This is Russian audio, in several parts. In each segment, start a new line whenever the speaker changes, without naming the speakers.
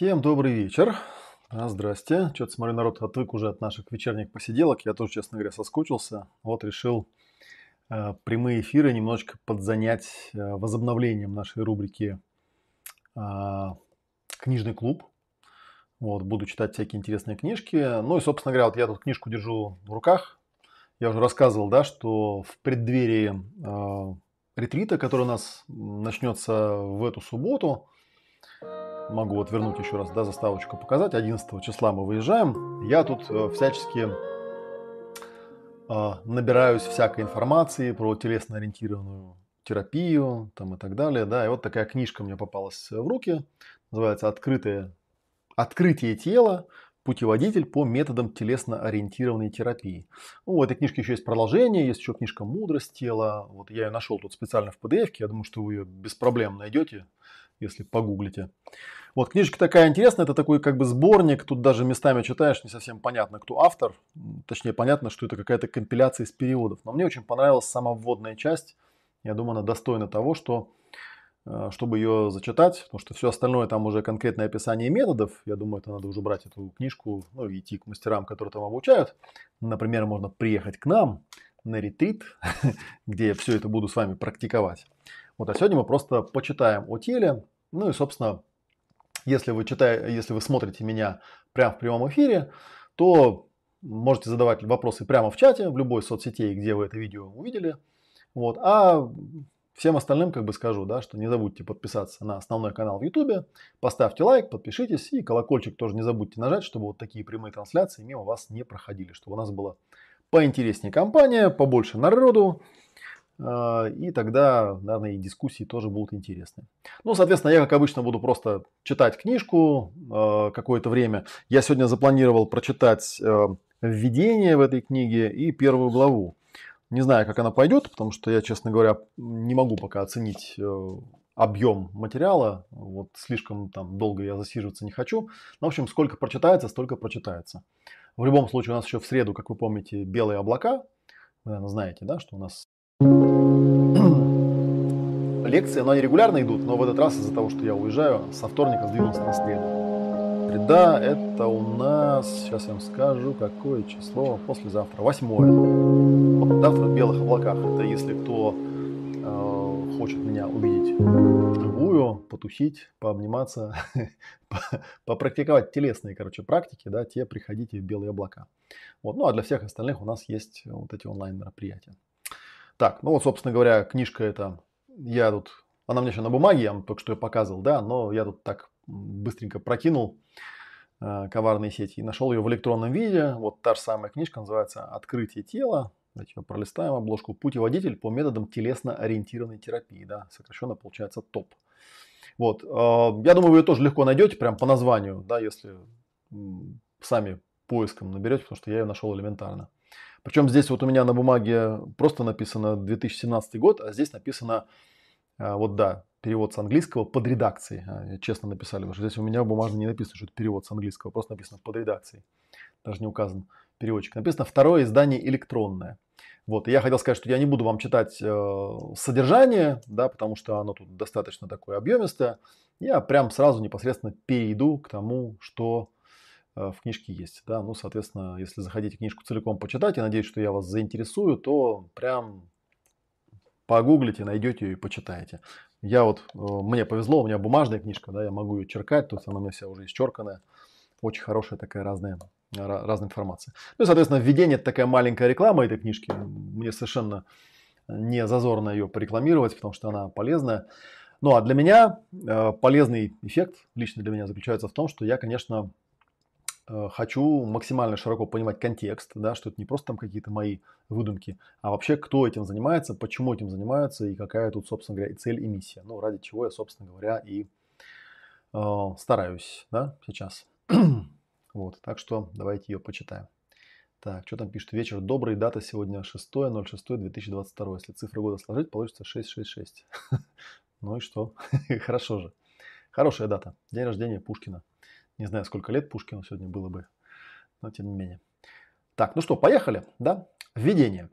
Всем добрый вечер. Здрасте. Что-то смотрю, народ отвык уже от наших вечерних посиделок. Я тоже, честно говоря, соскучился. Вот решил прямые эфиры немножечко подзанять возобновлением нашей рубрики а, «Книжный клуб». Вот, буду читать всякие интересные книжки. Ну и, собственно говоря, вот я тут книжку держу в руках. Я уже рассказывал, да, что в преддверии ретрита, который у нас начнется в эту субботу, могу вот вернуть еще раз, да, заставочку показать. 11 числа мы выезжаем. Я тут всячески набираюсь всякой информации про телесно-ориентированную терапию там, и так далее. Да. И вот такая книжка мне попалась в руки. Называется «Открытие тела. Путеводитель по методам телесно-ориентированной терапии». Ну, у этой книжки еще есть продолжение, есть еще книжка «Мудрость тела». Вот я ее нашел тут специально в PDF-ке. Я думаю, что вы ее без проблем найдете, если погуглите. Вот книжечка такая интересная, это такой как бы сборник, тут даже местами читаешь, не совсем понятно, кто автор, точнее понятно, что это какая-то компиляция из переводов. Но мне очень понравилась сама вводная часть, я думаю, она достойна того, чтобы ее зачитать, потому что все остальное там уже конкретное описание методов, я думаю, это надо уже брать эту книжку, ну и идти к мастерам, которые там обучают. Например, можно приехать к нам на ретрит, где я все это буду с вами практиковать. Вот, а сегодня мы просто почитаем о теле, ну и, собственно, если вы смотрите меня прямо в прямом эфире, то можете задавать вопросы прямо в чате, в любой соцсети, где вы это видео увидели. Вот. А всем остальным как бы скажу, да, что не забудьте подписаться на основной канал в YouTube, поставьте лайк, подпишитесь и колокольчик тоже не забудьте нажать, чтобы вот такие прямые трансляции мимо вас не проходили, чтобы у нас была поинтереснее компания, побольше народу. И тогда, наверное, и дискуссии тоже будут интересны. Ну, соответственно, я, как обычно, буду просто читать книжку какое-то время. Я сегодня запланировал прочитать введение в этой книге и первую главу. Не знаю, как она пойдет, потому что я, честно говоря, не могу пока оценить объем материала. Вот слишком там долго я засиживаться не хочу. Ну, в общем, сколько прочитается, столько прочитается. В любом случае, у нас еще в среду, как вы помните, белые облака. Вы, наверное, знаете, да, что у нас лекции, но они регулярно идут, но в этот раз из-за того, что я уезжаю, со вторника сдвинулся на среду. Среда это у нас, сейчас я вам скажу, какое число, послезавтра, 8-е. Вот завтра в белых облаках. Это если кто хочет меня увидеть вживую, потусить, пообниматься, попрактиковать телесные, практики, да, те приходите в белые облака. Вот. Ну а для всех остальных у нас есть вот эти онлайн-мероприятия. Так, ну вот, собственно говоря, книжка эта, она мне еще на бумаге, я вам только что ее показывал, да, но я тут так быстренько прокинул коварные сети и нашел ее в электронном виде. Вот та же самая книжка называется «Открытие тела». Давайте ее пролистаем обложку. «Путеводитель по методам телесно-ориентированной терапии». Да, сокращенно получается ТОП. Вот, я думаю, вы ее тоже легко найдете, прям по названию, да, если сами поиском наберете, потому что я ее нашел элементарно. Причем здесь вот у меня на бумаге просто написано 2017 год, а здесь написано, вот да, перевод с английского под редакцией. Честно написали, потому что здесь у меня в бумажной не написано, что это перевод с английского, просто написано под редакцией. Даже не указан переводчик. Написано второе издание электронное. Вот, и я хотел сказать, что я не буду вам читать содержание, да, потому что оно тут достаточно такое объемистое. Я прям сразу непосредственно перейду к тому, что в книжке есть. Да? Ну, соответственно, если захотите книжку целиком почитать, я надеюсь, что я вас заинтересую, то прям погуглите, найдете ее и почитаете. Мне повезло, у меня бумажная книжка, да, я могу ее черкать, то есть она у меня вся уже исчерканная. Очень хорошая такая разная информация. Ну и, соответственно, введение – это такая маленькая реклама этой книжки. Мне совершенно не зазорно ее порекламировать, потому что она полезная. Ну а для меня полезный эффект лично для меня заключается в том, что я, конечно, хочу максимально широко понимать контекст, да, что это не просто там какие-то мои выдумки, а вообще кто этим занимается, почему этим занимаются и какая тут, собственно говоря, и цель, и миссия. Ну, ради чего я, собственно говоря, и стараюсь, да, сейчас. Вот, так что давайте ее почитаем. Так, что там пишет? Вечер добрый, дата сегодня 6.06.2022. Если цифры года сложить, получится 666. Ну и что? Хорошо же. Хорошая дата. День рождения Пушкина. Не знаю, сколько лет Пушкину сегодня было бы, но тем не менее. Так, ну что, поехали, да? Введение.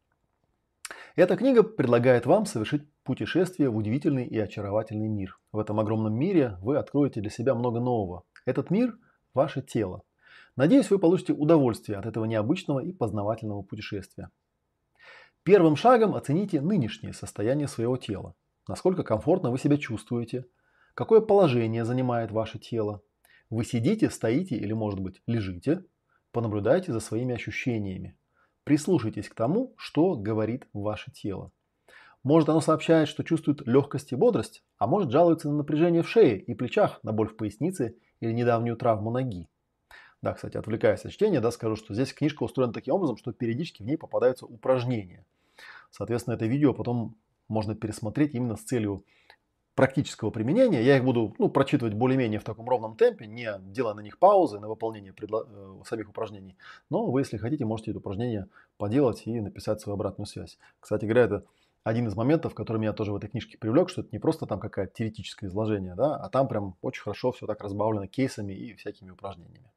Эта книга предлагает вам совершить путешествие в удивительный и очаровательный мир. В этом огромном мире вы откроете для себя много нового. Этот мир – ваше тело. Надеюсь, вы получите удовольствие от этого необычного и познавательного путешествия. Первым шагом оцените нынешнее состояние своего тела. Насколько комфортно вы себя чувствуете, какое положение занимает ваше тело. Вы сидите, стоите или, может быть, лежите. Понаблюдайте за своими ощущениями. Прислушайтесь к тому, что говорит ваше тело. Может, оно сообщает, что чувствует легкость и бодрость, а может, жалуется на напряжение в шее и плечах, на боль в пояснице или недавнюю травму ноги. Да, кстати, отвлекаясь от чтения, скажу, что здесь книжка устроена таким образом, что периодически в ней попадаются упражнения. Соответственно, это видео потом можно пересмотреть именно с целью практического применения. Я их буду прочитывать более-менее в таком ровном темпе, не делая на них паузы на выполнение самих упражнений. Но вы, если хотите, можете это упражнение поделать и написать свою обратную связь. Кстати говоря, это один из моментов, который меня тоже в этой книжке привлек, что это не просто там какое-то теоретическое изложение, а там прям очень хорошо все так разбавлено кейсами и всякими упражнениями.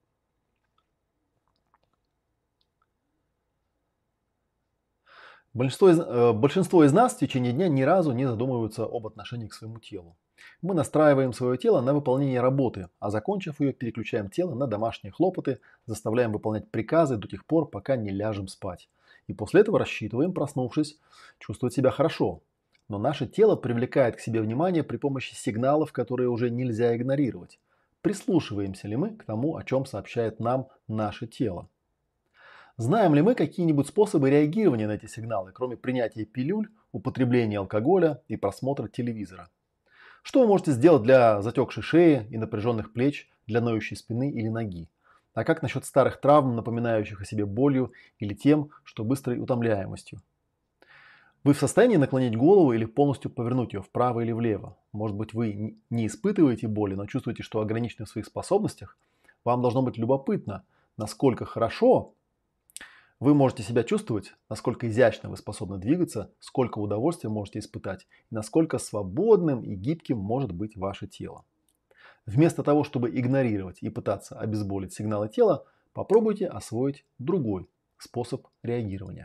Большинство из нас в течение дня ни разу не задумываются об отношении к своему телу. Мы настраиваем свое тело на выполнение работы, а закончив ее, переключаем тело на домашние хлопоты, заставляем выполнять приказы до тех пор, пока не ляжем спать. И после этого рассчитываем, проснувшись, чувствовать себя хорошо. Но наше тело привлекает к себе внимание при помощи сигналов, которые уже нельзя игнорировать. Прислушиваемся ли мы к тому, о чем сообщает нам наше тело? Знаем ли мы какие-нибудь способы реагирования на эти сигналы, кроме принятия пилюль, употребления алкоголя и просмотра телевизора? Что вы можете сделать для затекшей шеи и напряженных плеч, для ноющей спины или ноги? А как насчет старых травм, напоминающих о себе болью или тем, что быстрой утомляемостью? Вы в состоянии наклонить голову или полностью повернуть ее вправо или влево? Может быть, вы не испытываете боли, но чувствуете, что ограничены в своих способностях? Вам должно быть любопытно, насколько хорошо вы можете себя чувствовать, насколько изящно вы способны двигаться, сколько удовольствия можете испытать и насколько свободным и гибким может быть ваше тело. Вместо того, чтобы игнорировать и пытаться обезболить сигналы тела, попробуйте освоить другой способ реагирования.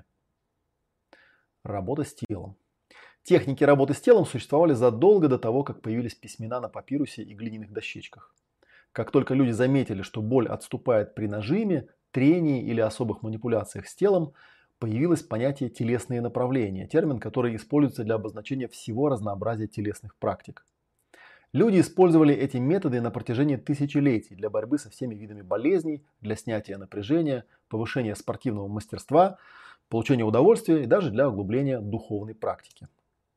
Работа с телом. Техники работы с телом существовали задолго до того, как появились письмена на папирусе и глиняных дощечках. Как только люди заметили, что боль отступает при нажиме, трении или особых манипуляциях с телом, появилось понятие телесные направления, термин, который используется для обозначения всего разнообразия телесных практик. Люди использовали эти методы на протяжении тысячелетий для борьбы со всеми видами болезней, для снятия напряжения, повышения спортивного мастерства, получения удовольствия и даже для углубления духовной практики.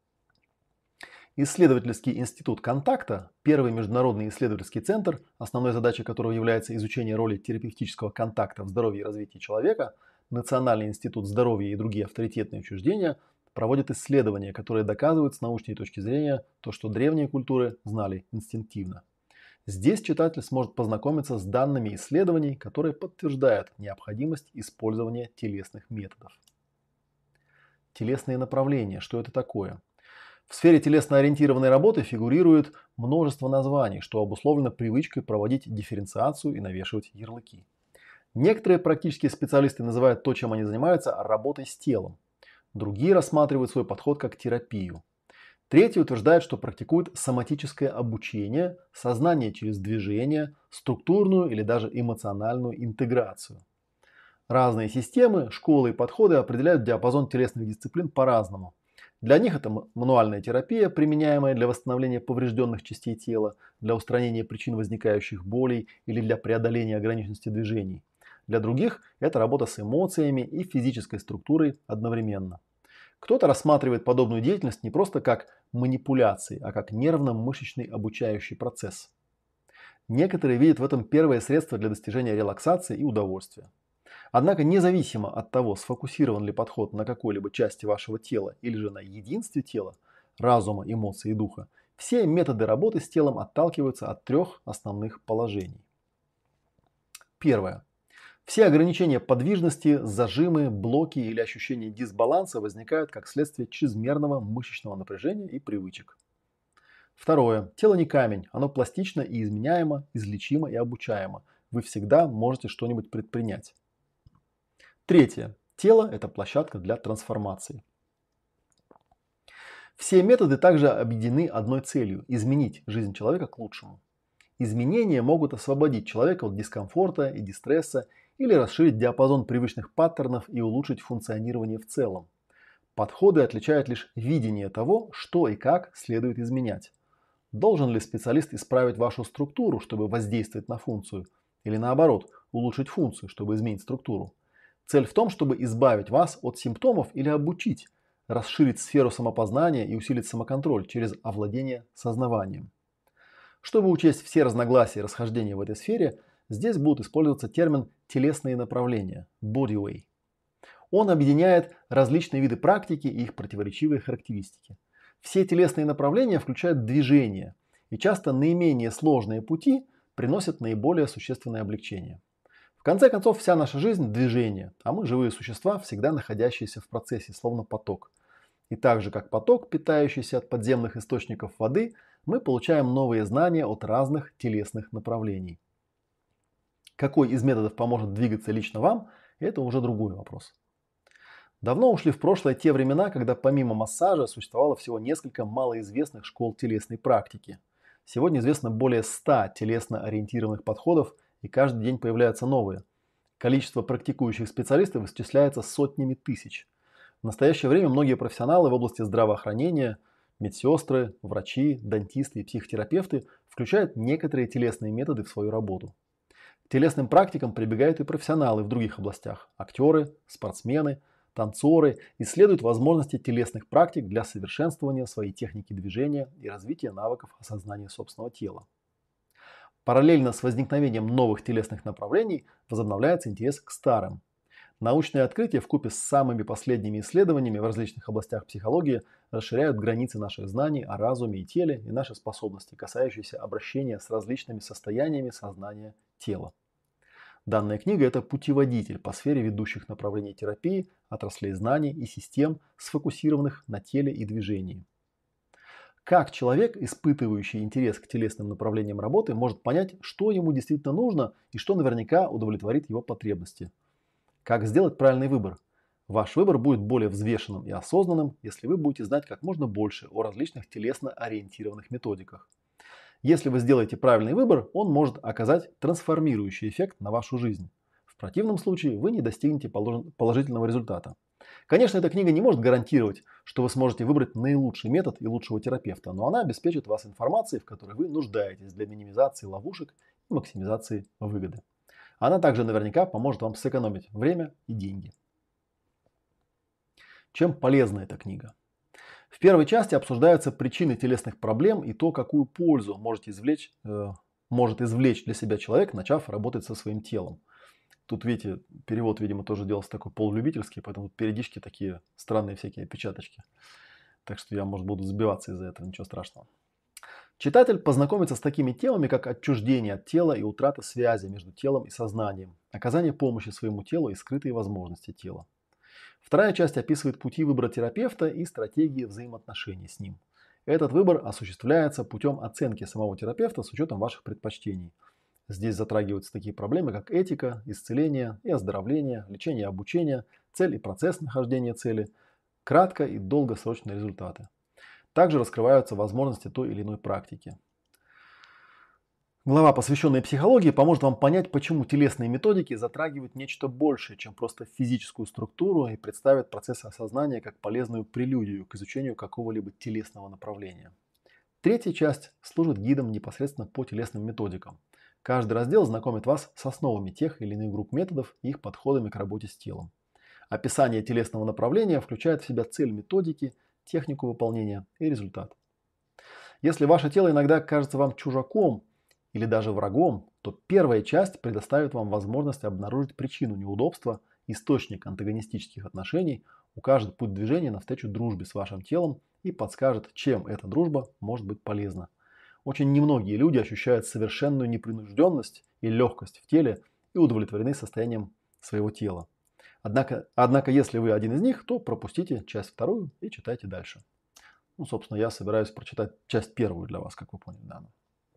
Исследовательский институт контакта, первый международный исследовательский центр, основной задачей которого является изучение роли терапевтического контакта в здоровье и развитии человека, Национальный институт здоровья и другие авторитетные учреждения проводят исследования, которые доказывают с научной точки зрения то, что древние культуры знали инстинктивно. Здесь читатель сможет познакомиться с данными исследований, которые подтверждают необходимость использования телесных методов. Телесные направления. Что это такое? В сфере телесно-ориентированной работы фигурирует множество названий, что обусловлено привычкой проводить дифференциацию и навешивать ярлыки. Некоторые практические специалисты называют то, чем они занимаются, работой с телом. Другие рассматривают свой подход как терапию. Третьи утверждают, что практикуют соматическое обучение, сознание через движение, структурную или даже эмоциональную интеграцию. Разные системы, школы и подходы определяют диапазон телесных дисциплин по-разному. Для них это мануальная терапия, применяемая для восстановления поврежденных частей тела, для устранения причин возникающих болей или для преодоления ограниченности движений. Для других это работа с эмоциями и физической структурой одновременно. Кто-то рассматривает подобную деятельность не просто как манипуляции, а как нервно-мышечный обучающий процесс. Некоторые видят в этом первое средство для достижения релаксации и удовольствия. Однако независимо от того, сфокусирован ли подход на какой-либо части вашего тела или же на единстве тела, разума, эмоций и духа, все методы работы с телом отталкиваются от трех основных положений. Первое. Все ограничения подвижности, зажимы, блоки или ощущения дисбаланса возникают как следствие чрезмерного мышечного напряжения и привычек. Второе. Тело не камень, оно пластично и изменяемо, излечимо и обучаемо. Вы всегда можете что-нибудь предпринять. Третье. Тело – это площадка для трансформации. Все методы также объединены одной целью – изменить жизнь человека к лучшему. Изменения могут освободить человека от дискомфорта и дистресса или расширить диапазон привычных паттернов и улучшить функционирование в целом. Подходы отличают лишь видение того, что и как следует изменять. Должен ли специалист исправить вашу структуру, чтобы воздействовать на функцию, или наоборот, улучшить функцию, чтобы изменить структуру? Цель в том, чтобы избавить вас от симптомов или обучить, расширить сферу самопознания и усилить самоконтроль через овладение сознаванием. Чтобы учесть все разногласия и расхождения в этой сфере, здесь будет использоваться термин «телесные направления» – bodyway. Он объединяет различные виды практики и их противоречивые характеристики. Все телесные направления включают движение, и часто наименее сложные пути приносят наиболее существенное облегчение. В конце концов, вся наша жизнь – движение, а мы живые существа, всегда находящиеся в процессе, словно поток. И так же, как поток, питающийся от подземных источников воды, мы получаем новые знания от разных телесных направлений. Какой из методов поможет двигаться лично вам – это уже другой вопрос. Давно ушли в прошлое те времена, когда помимо массажа существовало всего несколько малоизвестных школ телесной практики. Сегодня известно более 100 телесно ориентированных подходов, и каждый день появляются новые. Количество практикующих специалистов исчисляется сотнями тысяч. В настоящее время многие профессионалы в области здравоохранения, медсестры, врачи, дантисты и психотерапевты включают некоторые телесные методы в свою работу. К телесным практикам прибегают и профессионалы в других областях – актеры, спортсмены, танцоры исследуют возможности телесных практик для совершенствования своей техники движения и развития навыков осознания собственного тела. Параллельно с возникновением новых телесных направлений возобновляется интерес к старым. Научные открытия вкупе с самыми последними исследованиями в различных областях психологии расширяют границы наших знаний о разуме и теле и наши способности, касающиеся обращения с различными состояниями сознания тела. Данная книга – это путеводитель по сфере ведущих направлений терапии, отраслей знаний и систем, сфокусированных на теле и движении. Как человек, испытывающий интерес к телесным направлениям работы, может понять, что ему действительно нужно и что наверняка удовлетворит его потребности? Как сделать правильный выбор? Ваш выбор будет более взвешенным и осознанным, если вы будете знать как можно больше о различных телесно ориентированных методиках. Если вы сделаете правильный выбор, он может оказать трансформирующий эффект на вашу жизнь. В противном случае вы не достигнете положительного результата. Конечно, эта книга не может гарантировать, что вы сможете выбрать наилучший метод и лучшего терапевта, но она обеспечит вас информацией, в которой вы нуждаетесь для минимизации ловушек и максимизации выгоды. Она также наверняка поможет вам сэкономить время и деньги. Чем полезна эта книга? В первой части обсуждаются причины телесных проблем и то, какую пользу может извлечь для себя человек, начав работать со своим телом. Тут, видите, перевод, видимо, тоже делался такой полулюбительский, поэтому периодически такие странные всякие опечаточки. Так что я, может, буду сбиваться из-за этого, ничего страшного. Читатель познакомится с такими темами, как отчуждение от тела и утрата связи между телом и сознанием, оказание помощи своему телу и скрытые возможности тела. Вторая часть описывает пути выбора терапевта и стратегии взаимоотношений с ним. Этот выбор осуществляется путем оценки самого терапевта с учетом ваших предпочтений. Здесь затрагиваются такие проблемы, как этика, исцеление и оздоровление, лечение и обучение, цель и процесс нахождения цели, кратко- и долгосрочные результаты. Также раскрываются возможности той или иной практики. Глава, посвященная психологии, поможет вам понять, почему телесные методики затрагивают нечто большее, чем просто физическую структуру, и представят процесс осознания как полезную прелюдию к изучению какого-либо телесного направления. Третья часть служит гидом непосредственно по телесным методикам. Каждый раздел знакомит вас с основами тех или иных групп методов и их подходами к работе с телом. Описание телесного направления включает в себя цель методики, технику выполнения и результат. Если ваше тело иногда кажется вам чужаком или даже врагом, то первая часть предоставит вам возможность обнаружить причину неудобства, источник антагонистических отношений, укажет путь движения навстречу дружбе с вашим телом и подскажет, чем эта дружба может быть полезна. Очень немногие люди ощущают совершенную непринужденность и легкость в теле и удовлетворены состоянием своего тела. Однако, если вы один из них, то пропустите часть вторую и читайте дальше. Собственно, я собираюсь прочитать часть первую для вас, как вы поняли. Да.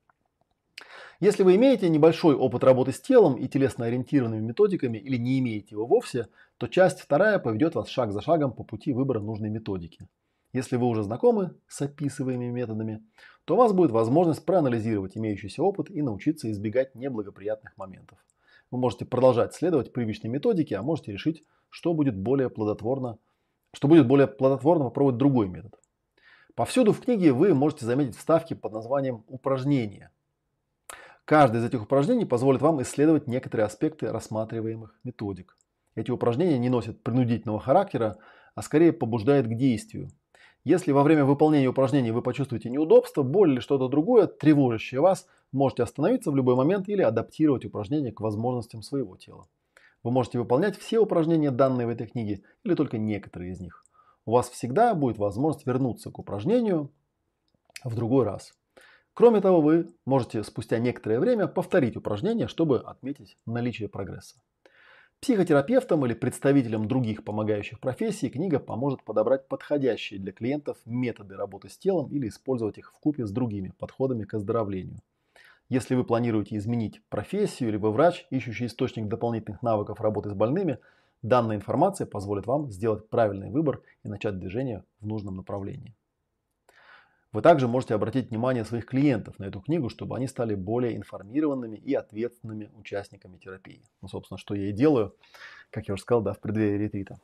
Если вы имеете небольшой опыт работы с телом и телесно-ориентированными методиками или не имеете его вовсе, то часть вторая поведет вас шаг за шагом по пути выбора нужной методики. Если вы уже знакомы с описываемыми методами, то у вас будет возможность проанализировать имеющийся опыт и научиться избегать неблагоприятных моментов. Вы можете продолжать следовать привычной методике, а можете решить, что будет более плодотворно попробовать другой метод. Повсюду в книге вы можете заметить вставки под названием «Упражнения». Каждое из этих упражнений позволит вам исследовать некоторые аспекты рассматриваемых методик. Эти упражнения не носят принудительного характера, а скорее побуждают к действию. Если во время выполнения упражнений вы почувствуете неудобство, боль или что-то другое, тревожащее вас, можете остановиться в любой момент или адаптировать упражнения к возможностям своего тела. Вы можете выполнять все упражнения, данные в этой книге, или только некоторые из них. У вас всегда будет возможность вернуться к упражнению в другой раз. Кроме того, вы можете спустя некоторое время повторить упражнение, чтобы отметить наличие прогресса. Психотерапевтам или представителям других помогающих профессий книга поможет подобрать подходящие для клиентов методы работы с телом или использовать их вкупе с другими подходами к оздоровлению. Если вы планируете изменить профессию или вы врач, ищущий источник дополнительных навыков работы с больными, данная информация позволит вам сделать правильный выбор и начать движение в нужном направлении. Вы также можете обратить внимание своих клиентов на эту книгу, чтобы они стали более информированными и ответственными участниками терапии. Ну, собственно, что я и делаю, как я уже сказал, в преддверии ретрита.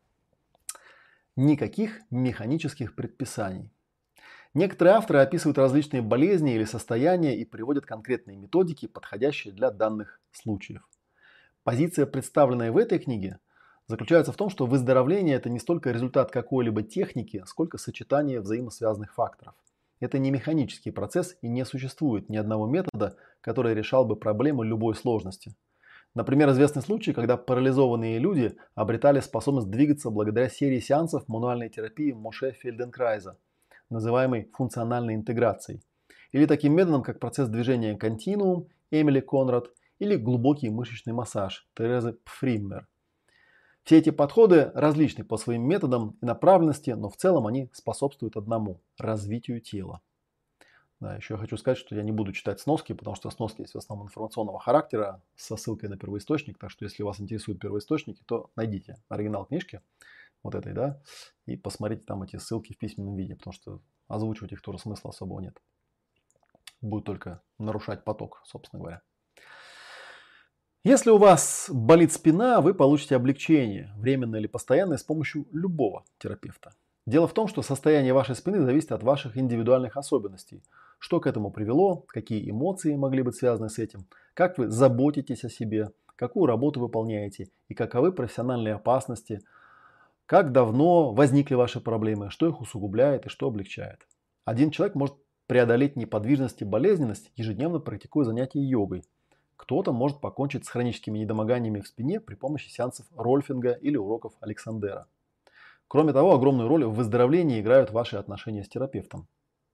Никаких механических предписаний. Некоторые авторы описывают различные болезни или состояния и приводят конкретные методики, подходящие для данных случаев. Позиция, представленная в этой книге, заключается в том, что выздоровление – это не столько результат какой-либо техники, сколько сочетание взаимосвязанных факторов. Это не механический процесс и не существует ни одного метода, который решал бы проблему любой сложности. Например, известный случай, когда парализованные люди обретали способность двигаться благодаря серии сеансов мануальной терапии Моше Фельденкрайза, называемой функциональной интеграцией, или таким методом, как процесс движения континуум Эмили Конрад или глубокий мышечный массаж Терезы Пфриммер. Все эти подходы различны по своим методам и направленности, но в целом они способствуют одному – развитию тела. Да, еще я хочу сказать, что я не буду читать сноски, потому что сноски есть в основном информационного характера со ссылкой на первоисточник, так что если вас интересуют первоисточники, то найдите оригинал книжки, вот этой, да, и посмотрите там эти ссылки в письменном виде, потому что озвучивать их тоже смысла особого нет. Будет только нарушать поток, собственно говоря. Если у вас болит спина, вы получите облегчение, временное или постоянное, с помощью любого терапевта. Дело в том, что состояние вашей спины зависит от ваших индивидуальных особенностей. Что к этому привело, какие эмоции могли быть связаны с этим, как вы заботитесь о себе, какую работу выполняете и каковы профессиональные опасности, как давно возникли ваши проблемы, что их усугубляет и что облегчает. Один человек может преодолеть неподвижность и болезненность, ежедневно практикуя занятия йогой. Кто-то может покончить с хроническими недомоганиями в спине при помощи сеансов Рольфинга или уроков Александера. Кроме того, огромную роль в выздоровлении играют ваши отношения с терапевтом.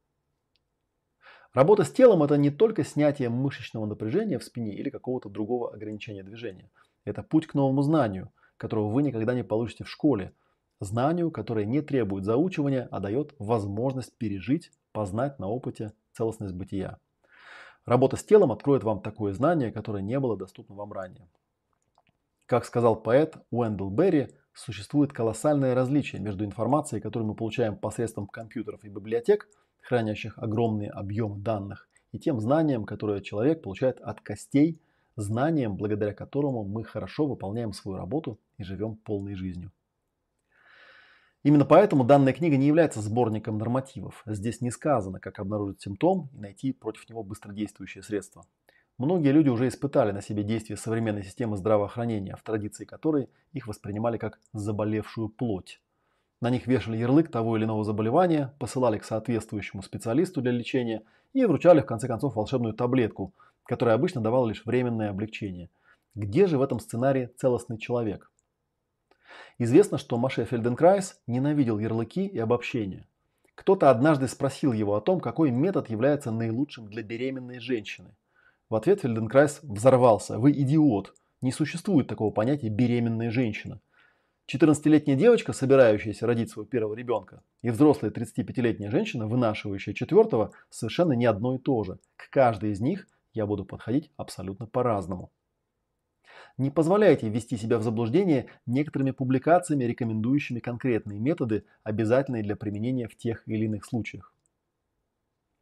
Работа с телом – это не только снятие мышечного напряжения в спине или какого-то другого ограничения движения. Это путь к новому знанию, которого вы никогда не получите в школе. Знанию, которое не требует заучивания, а дает возможность пережить, познать на опыте целостность бытия. Работа с телом откроет вам такое знание, которое не было доступно вам ранее. Как сказал поэт Уэндell Берри, существует колоссальное различие между информацией, которую мы получаем посредством компьютеров и библиотек, хранящих огромные объемы данных, и тем знанием, которое человек получает от костей, знанием, благодаря которому мы хорошо выполняем свою работу и живем полной жизнью. Именно поэтому данная книга не является сборником нормативов. Здесь не сказано, как обнаружить симптом и найти против него быстродействующее средство. Многие люди уже испытали на себе действие современной системы здравоохранения, в традиции которой их воспринимали как заболевшую плоть. На них вешали ярлык того или иного заболевания, посылали к соответствующему специалисту для лечения и вручали в конце концов волшебную таблетку, которая обычно давала лишь временное облегчение. Где же в этом сценарии целостный человек? Известно, что Моше Фельденкрайз ненавидел ярлыки и обобщения. Кто-то однажды спросил его о том, какой метод является наилучшим для беременной женщины. В ответ Фельденкрайз взорвался: «Вы идиот! Не существует такого понятия «беременная женщина». 14-летняя девочка, собирающаяся родить своего первого ребенка, и взрослая 35-летняя женщина, вынашивающая четвертого, совершенно не одно и то же. К каждой из них я буду подходить абсолютно по-разному». Не позволяйте ввести себя в заблуждение некоторыми публикациями, рекомендующими конкретные методы, обязательные для применения в тех или иных случаях.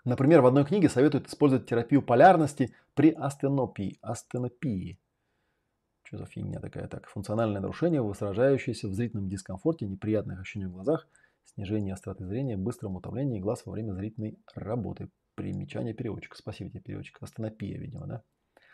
Например, в одной книге советуют использовать терапию полярности при астенопии. Астенопии. Что за фигня такая? Так, функциональное нарушение, выражающееся в зрительном дискомфорте, неприятных ощущениях в глазах, снижении остроты зрения, быстром утомлении глаз во время зрительной работы. Примечание переводчика. Спасибо тебе, переводчик. Астенопия, видимо, да?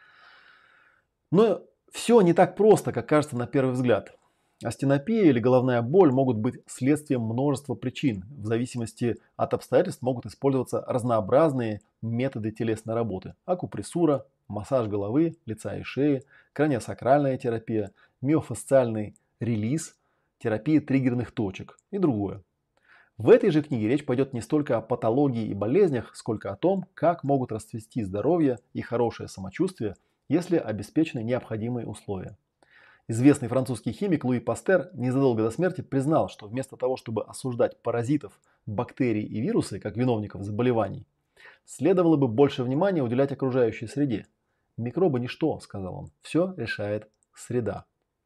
Но все не так просто, как кажется на первый взгляд. Астенопия или головная боль могут быть следствием множества причин. В зависимости от обстоятельств могут использоваться разнообразные методы телесной работы. Акупрессура, массаж головы, лица и шеи, краниосакральная терапия, миофасциальный релиз, терапия триггерных точек и другое. В этой же книге речь пойдет не столько о патологии и болезнях, сколько о том, как могут расцвести здоровье и хорошее самочувствие, если обеспечены необходимые условия. Известный французский химик Луи Пастер незадолго до смерти признал, что вместо того, чтобы осуждать паразитов, бактерии и вирусы как виновников заболеваний, следовало бы больше внимания уделять окружающей среде. Микробы ничто, сказал он, все решает среда.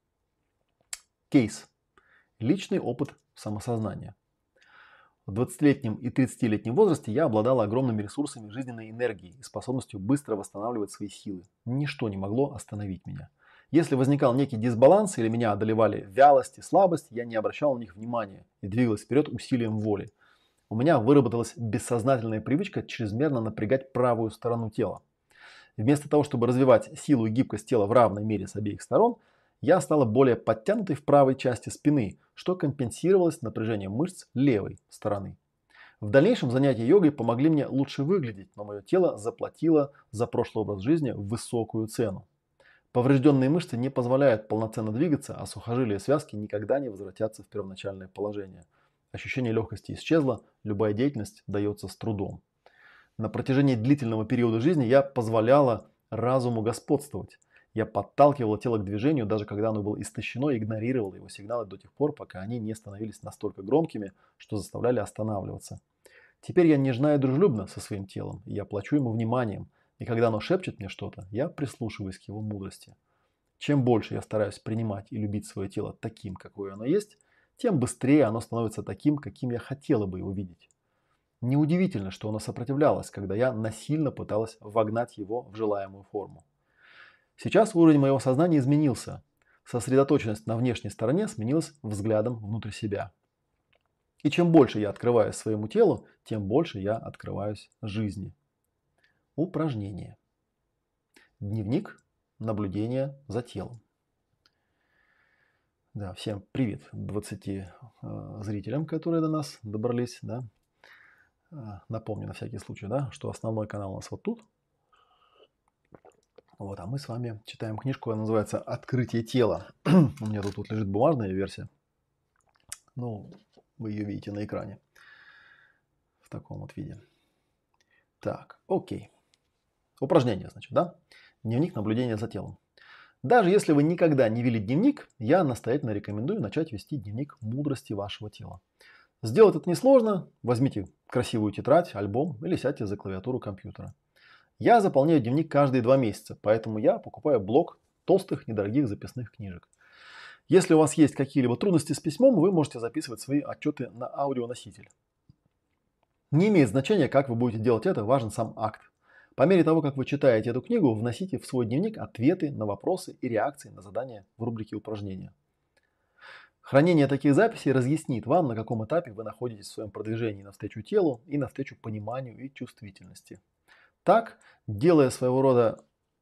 Кейс. Личный опыт самосознания. В 20-летнем и 30-летнем возрасте я обладал огромными ресурсами жизненной энергии и способностью быстро восстанавливать свои силы. Ничто не могло остановить меня. Если возникал некий дисбаланс или меня одолевали вялость и слабость, я не обращал на них внимания и двигался вперед усилием воли. У меня выработалась бессознательная привычка чрезмерно напрягать правую сторону тела. Вместо того, чтобы развивать силу и гибкость тела в равной мере с обеих сторон, я стала более подтянутой в правой части спины, что компенсировалось напряжением мышц левой стороны. В дальнейшем занятия йогой помогли мне лучше выглядеть, но мое тело заплатило за прошлый образ жизни высокую цену. Поврежденные мышцы не позволяют полноценно двигаться, а сухожилия и связки никогда не возвратятся в первоначальное положение. Ощущение легкости исчезло, любая деятельность дается с трудом. На протяжении длительного периода жизни я позволяла разуму господствовать. Я подталкивала тело к движению, даже когда оно было истощено, и игнорировала его сигналы до тех пор, пока они не становились настолько громкими, что заставляли останавливаться. Теперь я нежна и дружелюбна со своим телом, и я плачу ему вниманием. И когда оно шепчет мне что-то, я прислушиваюсь к его мудрости. Чем больше я стараюсь принимать и любить свое тело таким, какое оно есть, тем быстрее оно становится таким, каким я хотела бы его видеть. Неудивительно, что оно сопротивлялось, когда я насильно пыталась вогнать его в желаемую форму. Сейчас уровень моего сознания изменился. Сосредоточенность на внешней стороне сменилась взглядом внутрь себя. И чем больше я открываюсь своему телу, тем больше я открываюсь жизни. Упражнение. Дневник наблюдения за телом. Да, всем привет 20 зрителям, которые до нас добрались. Да. Напомню на всякий случай, да, что основной канал у нас вот тут. Вот, а мы с вами читаем книжку, она называется «Открытие тела». У меня тут лежит бумажная версия. Ну, вы ее видите на экране. В таком вот виде. Так, окей. Упражнение, значит, да? Дневник наблюдения за телом. Даже если вы никогда не вели дневник, я настоятельно рекомендую начать вести дневник мудрости вашего тела. Сделать это несложно. Возьмите красивую тетрадь, альбом или сядьте за клавиатуру компьютера. Я заполняю дневник каждые 2 месяца, поэтому я покупаю блок толстых, недорогих записных книжек. Если у вас есть какие-либо трудности с письмом, вы можете записывать свои отчеты на аудионоситель. Не имеет значения, как вы будете делать это, важен сам акт. По мере того, как вы читаете эту книгу, вносите в свой дневник ответы на вопросы и реакции на задания в рубрике «Упражнения». Хранение таких записей разъяснит вам, на каком этапе вы находитесь в своем продвижении навстречу телу и навстречу пониманию и чувствительности. Так, делая своего рода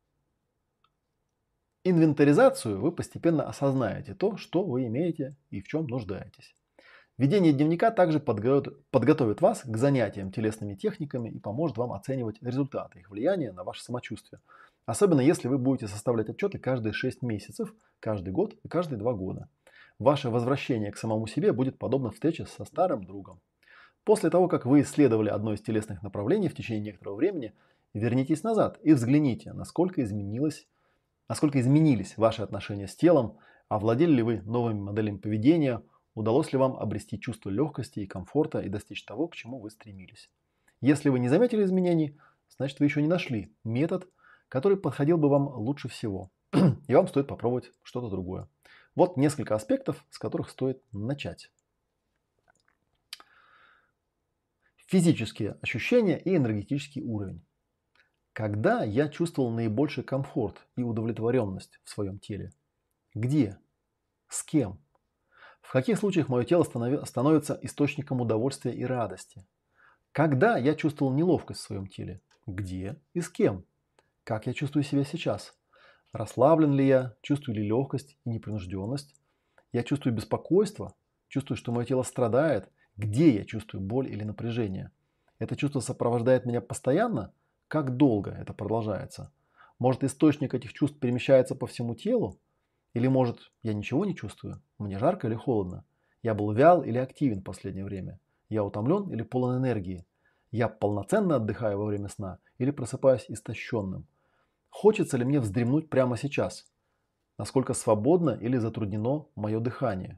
инвентаризацию, вы постепенно осознаете то, что вы имеете и в чем нуждаетесь. Ведение дневника также подготовит вас к занятиям телесными техниками и поможет вам оценивать результаты их влияния на ваше самочувствие. Особенно если вы будете составлять отчеты каждые 6 месяцев, каждый год и каждые 2 года. Ваше возвращение к самому себе будет подобно встрече со старым другом. После того, как вы исследовали одно из телесных направлений в течение некоторого времени, вернитесь назад и взгляните, насколько изменились ваши отношения с телом, овладели ли вы новыми моделями поведения, удалось ли вам обрести чувство легкости и комфорта и достичь того, к чему вы стремились. Если вы не заметили изменений, значит вы еще не нашли метод, который подходил бы вам лучше всего, и вам стоит попробовать что-то другое. Вот несколько аспектов, с которых стоит начать. Физические ощущения и энергетический уровень. Когда я чувствовал наибольший комфорт и удовлетворенность в своем теле? Где? С кем? В каких случаях мое тело становится источником удовольствия и радости? Когда я чувствовал неловкость в своем теле? Где и с кем? Как я чувствую себя сейчас? Расслаблен ли я? Чувствую ли легкость и непринужденность? Я чувствую беспокойство? Чувствую, что мое тело страдает? Где я чувствую боль или напряжение? Это чувство сопровождает меня постоянно? Как долго это продолжается? Может, источник этих чувств перемещается по всему телу? Или, может, я ничего не чувствую? Мне жарко или холодно? Я был вял или активен в последнее время? Я утомлен или полон энергии? Я полноценно отдыхаю во время сна или просыпаюсь истощенным? Хочется ли мне вздремнуть прямо сейчас? Насколько свободно или затруднено мое дыхание?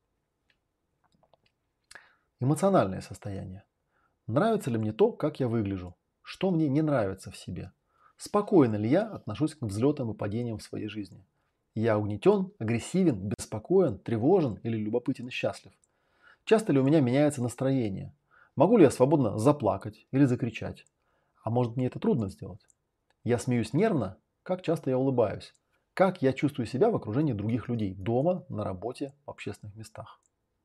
Эмоциональное состояние. Нравится ли мне то, как я выгляжу? Что мне не нравится в себе? Спокойно ли я отношусь к взлетам и падениям в своей жизни? Я угнетен, агрессивен, беспокоен, тревожен или любопытен и счастлив? Часто ли у меня меняется настроение? Могу ли я свободно заплакать или закричать? А может, мне это трудно сделать? Я смеюсь нервно? Как часто я улыбаюсь? Как я чувствую себя в окружении других людей? Дома, на работе, в общественных местах?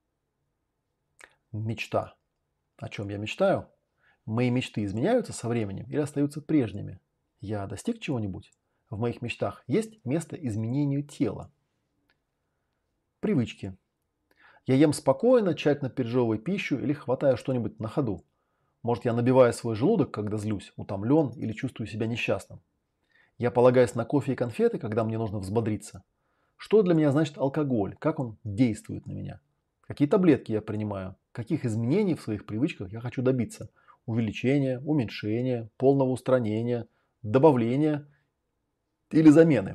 Мечта. О чем я мечтаю? Мои мечты изменяются со временем или остаются прежними? Я достиг чего-нибудь? В моих мечтах есть место изменению тела. Привычки. Я ем спокойно, тщательно пережевывая пищу или хватая что-нибудь на ходу. Может, я набиваю свой желудок, когда злюсь, утомлен или чувствую себя несчастным. Я полагаюсь на кофе и конфеты, когда мне нужно взбодриться. Что для меня значит алкоголь? Как он действует на меня? Какие таблетки я принимаю? Каких изменений в своих привычках я хочу добиться? Увеличения, уменьшения, полного устранения, добавления или замены?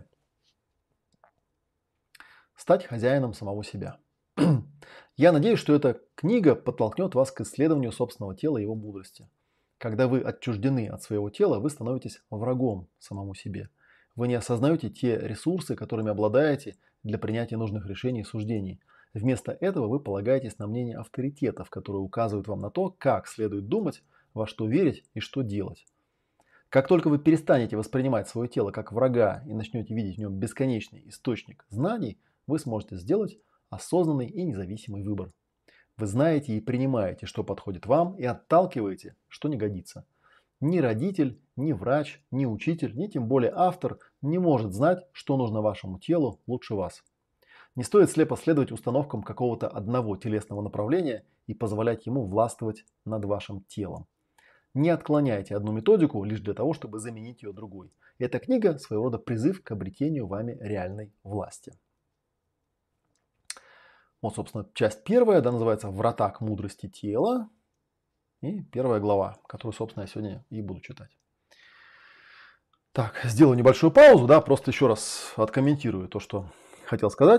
Стать хозяином самого себя. Я надеюсь, что эта книга подтолкнет вас к исследованию собственного тела и его мудрости. Когда вы отчуждены от своего тела, вы становитесь врагом самому себе. Вы не осознаете те ресурсы, которыми обладаете для принятия нужных решений и суждений. Вместо этого вы полагаетесь на мнение авторитетов, которые указывают вам на то, как следует думать, во что верить и что делать. Как только вы перестанете воспринимать свое тело как врага и начнете видеть в нем бесконечный источник знаний, вы сможете сделать осознанный и независимый выбор. Вы знаете и принимаете, что подходит вам, и отталкиваете, что не годится. Ни родитель, ни врач, ни учитель, ни тем более автор не может знать, что нужно вашему телу лучше вас. Не стоит слепо следовать установкам какого-то одного телесного направления и позволять ему властвовать над вашим телом. Не отклоняйте одну методику лишь для того, чтобы заменить ее другой. Эта книга своего рода призыв к обретению вами реальной власти. Вот, собственно, часть первая, да, называется «Врата к мудрости тела». И первая глава, которую, собственно, я сегодня и буду читать. Так, сделаю небольшую паузу, да, просто еще раз откомментирую то, что хотел сказать.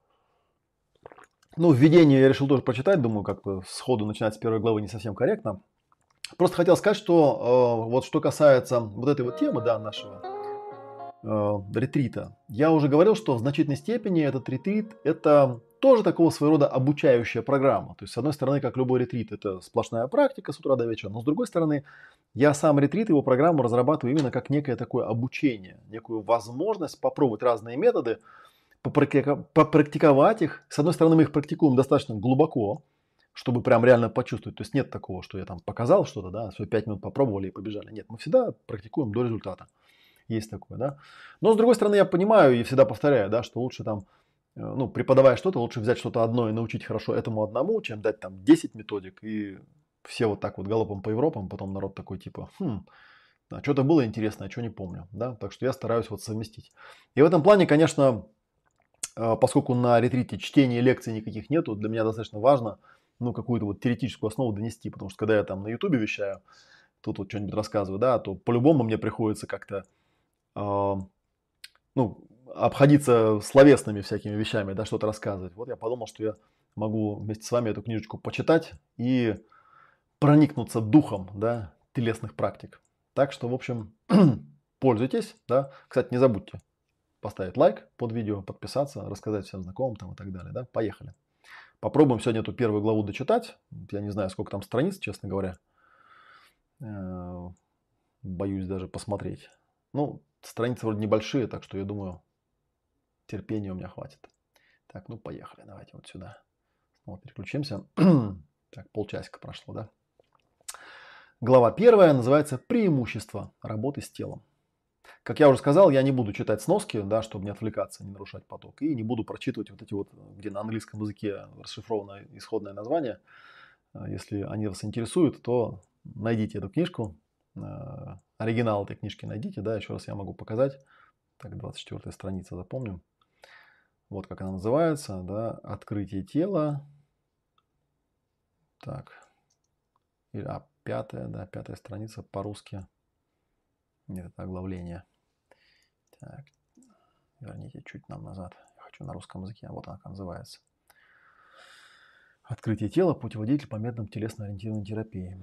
Ну, введение я решил тоже прочитать, думаю, как бы сходу начинать с первой главы не совсем корректно. Просто хотел сказать, что вот что касается вот этой вот темы, да, нашего ретрита, я уже говорил, что в значительной степени этот ретрит – это тоже такого своего рода обучающая программа. То есть, с одной стороны, как любой ретрит, это сплошная практика с утра до вечера, но с другой стороны, я сам ретрит, его программу разрабатываю именно как некое такое обучение, некую возможность попробовать разные методы, попрактиковать их. С одной стороны, мы их практикуем достаточно глубоко, чтобы прям реально почувствовать. То есть нет такого, что я там показал что-то, да, все 5 минут попробовали и побежали. Нет, мы всегда практикуем до результата. Есть такое, да. Но с другой стороны, я понимаю и всегда повторяю, да, что лучше там, ну, преподавая что-то, лучше взять что-то одно и научить хорошо этому одному, чем дать там 10 методик и все вот так вот галопом по Европам, потом народ такой типа, да, что-то было интересное, что не помню, да. Так что я стараюсь вот совместить. И в этом плане, конечно, поскольку на ретрите чтения лекций никаких нету, для меня достаточно важно, ну, какую-то вот теоретическую основу донести, потому что когда я там на Ютубе вещаю, тут вот что-нибудь рассказываю, да, то по-любому мне приходится как-то, ну, обходиться словесными всякими вещами, да, что-то рассказывать. Вот я подумал, что я могу вместе с вами эту книжечку почитать и проникнуться духом, да, телесных практик. Так что, в общем, пользуйтесь, да. Кстати, не забудьте поставить лайк под видео, подписаться, рассказать всем знакомым там и так далее, да. Поехали. Попробуем сегодня эту первую главу дочитать. Я не знаю, сколько там страниц, честно говоря. Боюсь даже посмотреть. Ну, страницы вроде небольшие, так что я думаю, терпения у меня хватит. Так, ну поехали. Давайте вот сюда. Снова переключимся. Так, полчасика прошло, да? Глава 1 называется «Преимущества работы с телом». Как я уже сказал, я не буду читать сноски, да, чтобы не отвлекаться, не нарушать поток. И не буду прочитывать вот эти вот, где на английском языке расшифровано исходное название. Если они вас интересуют, то найдите эту книжку. Оригинал этой книжки найдите, да, еще раз я могу показать. Так, 24 страница, запомним. Вот как она называется, да, «Открытие тела». Так, пятая, да, 5 страница по-русски. Нет, это оглавление. Так, верните чуть нам назад. Я хочу на русском языке, вот она как называется. «Открытие тела. Путеводитель по методам телесно-ориентированной терапии».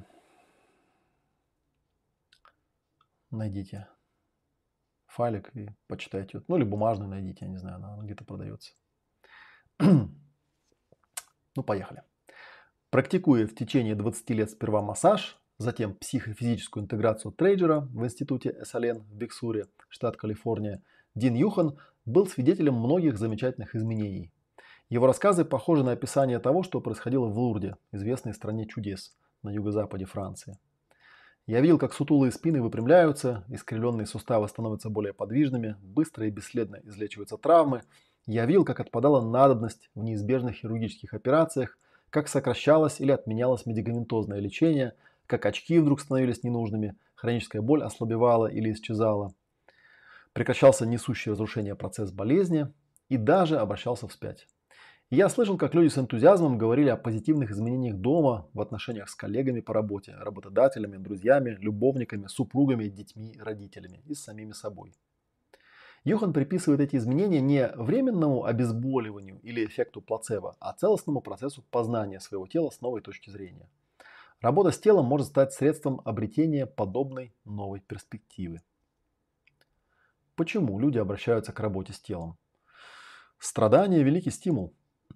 Найдите файлик и почитайте. Ну, или бумажный найдите, я не знаю, она где-то продается. Ну, поехали. Практикуя в течение 20 лет сперва массаж, затем психофизическую интеграцию трейджера в институте Эссален в Биксуре, штат Калифорния, Дин Юхан был свидетелем многих замечательных изменений. Его рассказы похожи на описание того, что происходило в Лурде, известной стране чудес, на юго-западе Франции. Я видел, как сутулые спины выпрямляются, искривленные суставы становятся более подвижными, быстро и бесследно излечиваются травмы. Я видел, как отпадала надобность в неизбежных хирургических операциях, как сокращалось или отменялось медикаментозное лечение, как очки вдруг становились ненужными, хроническая боль ослабевала или исчезала. Прекращался несущий разрушение процесс болезни и даже обращался вспять. И я слышал, как люди с энтузиазмом говорили о позитивных изменениях дома в отношениях с коллегами по работе, работодателями, друзьями, любовниками, супругами, детьми, родителями и с самими собой. Юхан приписывает эти изменения не временному обезболиванию или эффекту плацебо, а целостному процессу познания своего тела с новой точки зрения. Работа с телом может стать средством обретения подобной новой перспективы. Почему люди обращаются к работе с телом? Страдание – великий стимул.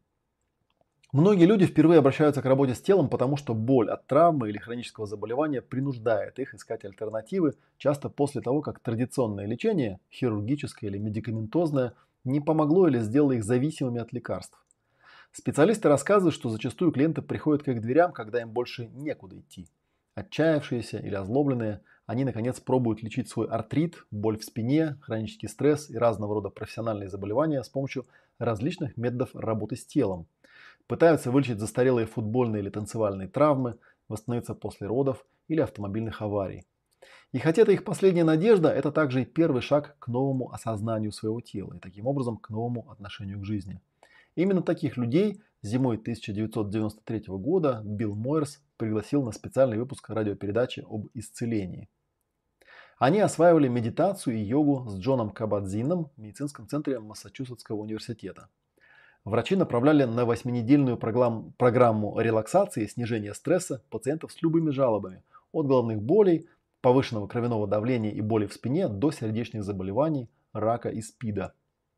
Многие люди впервые обращаются к работе с телом, потому что боль от травмы или хронического заболевания принуждает их искать альтернативы, часто после того, как традиционное лечение, хирургическое или медикаментозное, не помогло или сделало их зависимыми от лекарств. Специалисты рассказывают, что зачастую клиенты приходят к их дверям, когда им больше некуда идти. Отчаявшиеся или озлобленные, они наконец пробуют лечить свой артрит, боль в спине, хронический стресс и разного рода профессиональные заболевания с помощью различных методов работы с телом. Пытаются вылечить застарелые футбольные или танцевальные травмы, восстановиться после родов или автомобильных аварий. И хотя это их последняя надежда, это также и первый шаг к новому осознанию своего тела и таким образом к новому отношению к жизни. Именно таких людей зимой 1993 года Билл Мойерс пригласил на специальный выпуск радиопередачи об исцелении. Они осваивали медитацию и йогу с Джоном Кабат-Зинном в медицинском центре Массачусетского университета. Врачи направляли на 8-недельную программу релаксации и снижения стресса пациентов с любыми жалобами, от головных болей, повышенного кровяного давления и боли в спине до сердечных заболеваний, рака и СПИДа.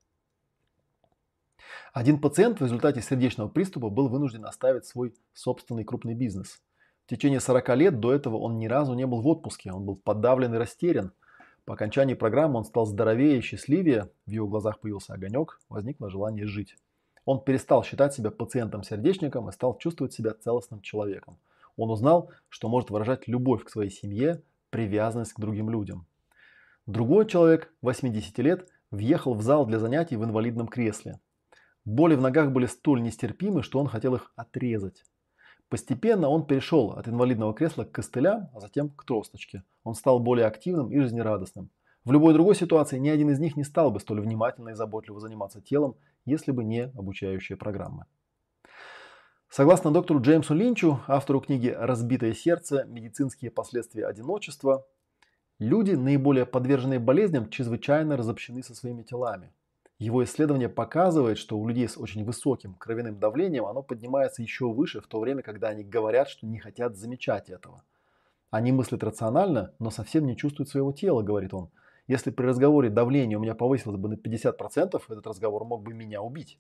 Один пациент в результате сердечного приступа был вынужден оставить свой собственный крупный бизнес. В течение 40 лет до этого он ни разу не был в отпуске, он был подавлен и растерян. По окончании программы он стал здоровее и счастливее, в его глазах появился огонек, возникло желание жить. Он перестал считать себя пациентом-сердечником и стал чувствовать себя целостным человеком. Он узнал, что может выражать любовь к своей семье, привязанность к другим людям. Другой человек, 80 лет, въехал в зал для занятий в инвалидном кресле. Боли в ногах были столь нестерпимы, что он хотел их отрезать. Постепенно он перешел от инвалидного кресла к костылям, а затем к тросточке. Он стал более активным и жизнерадостным. В любой другой ситуации ни один из них не стал бы столь внимательно и заботливо заниматься телом, если бы не обучающие программы. Согласно доктору Джеймсу Линчу, автору книги «Разбитое сердце. Медицинские последствия одиночества», люди, наиболее подверженные болезням, чрезвычайно разобщены со своими телами. Его исследование показывает, что у людей с очень высоким кровяным давлением оно поднимается еще выше в то время, когда они говорят, что не хотят замечать этого. Они мыслят рационально, но совсем не чувствуют своего тела, говорит он. Если при разговоре давление у меня повысилось бы на 50%, этот разговор мог бы меня убить.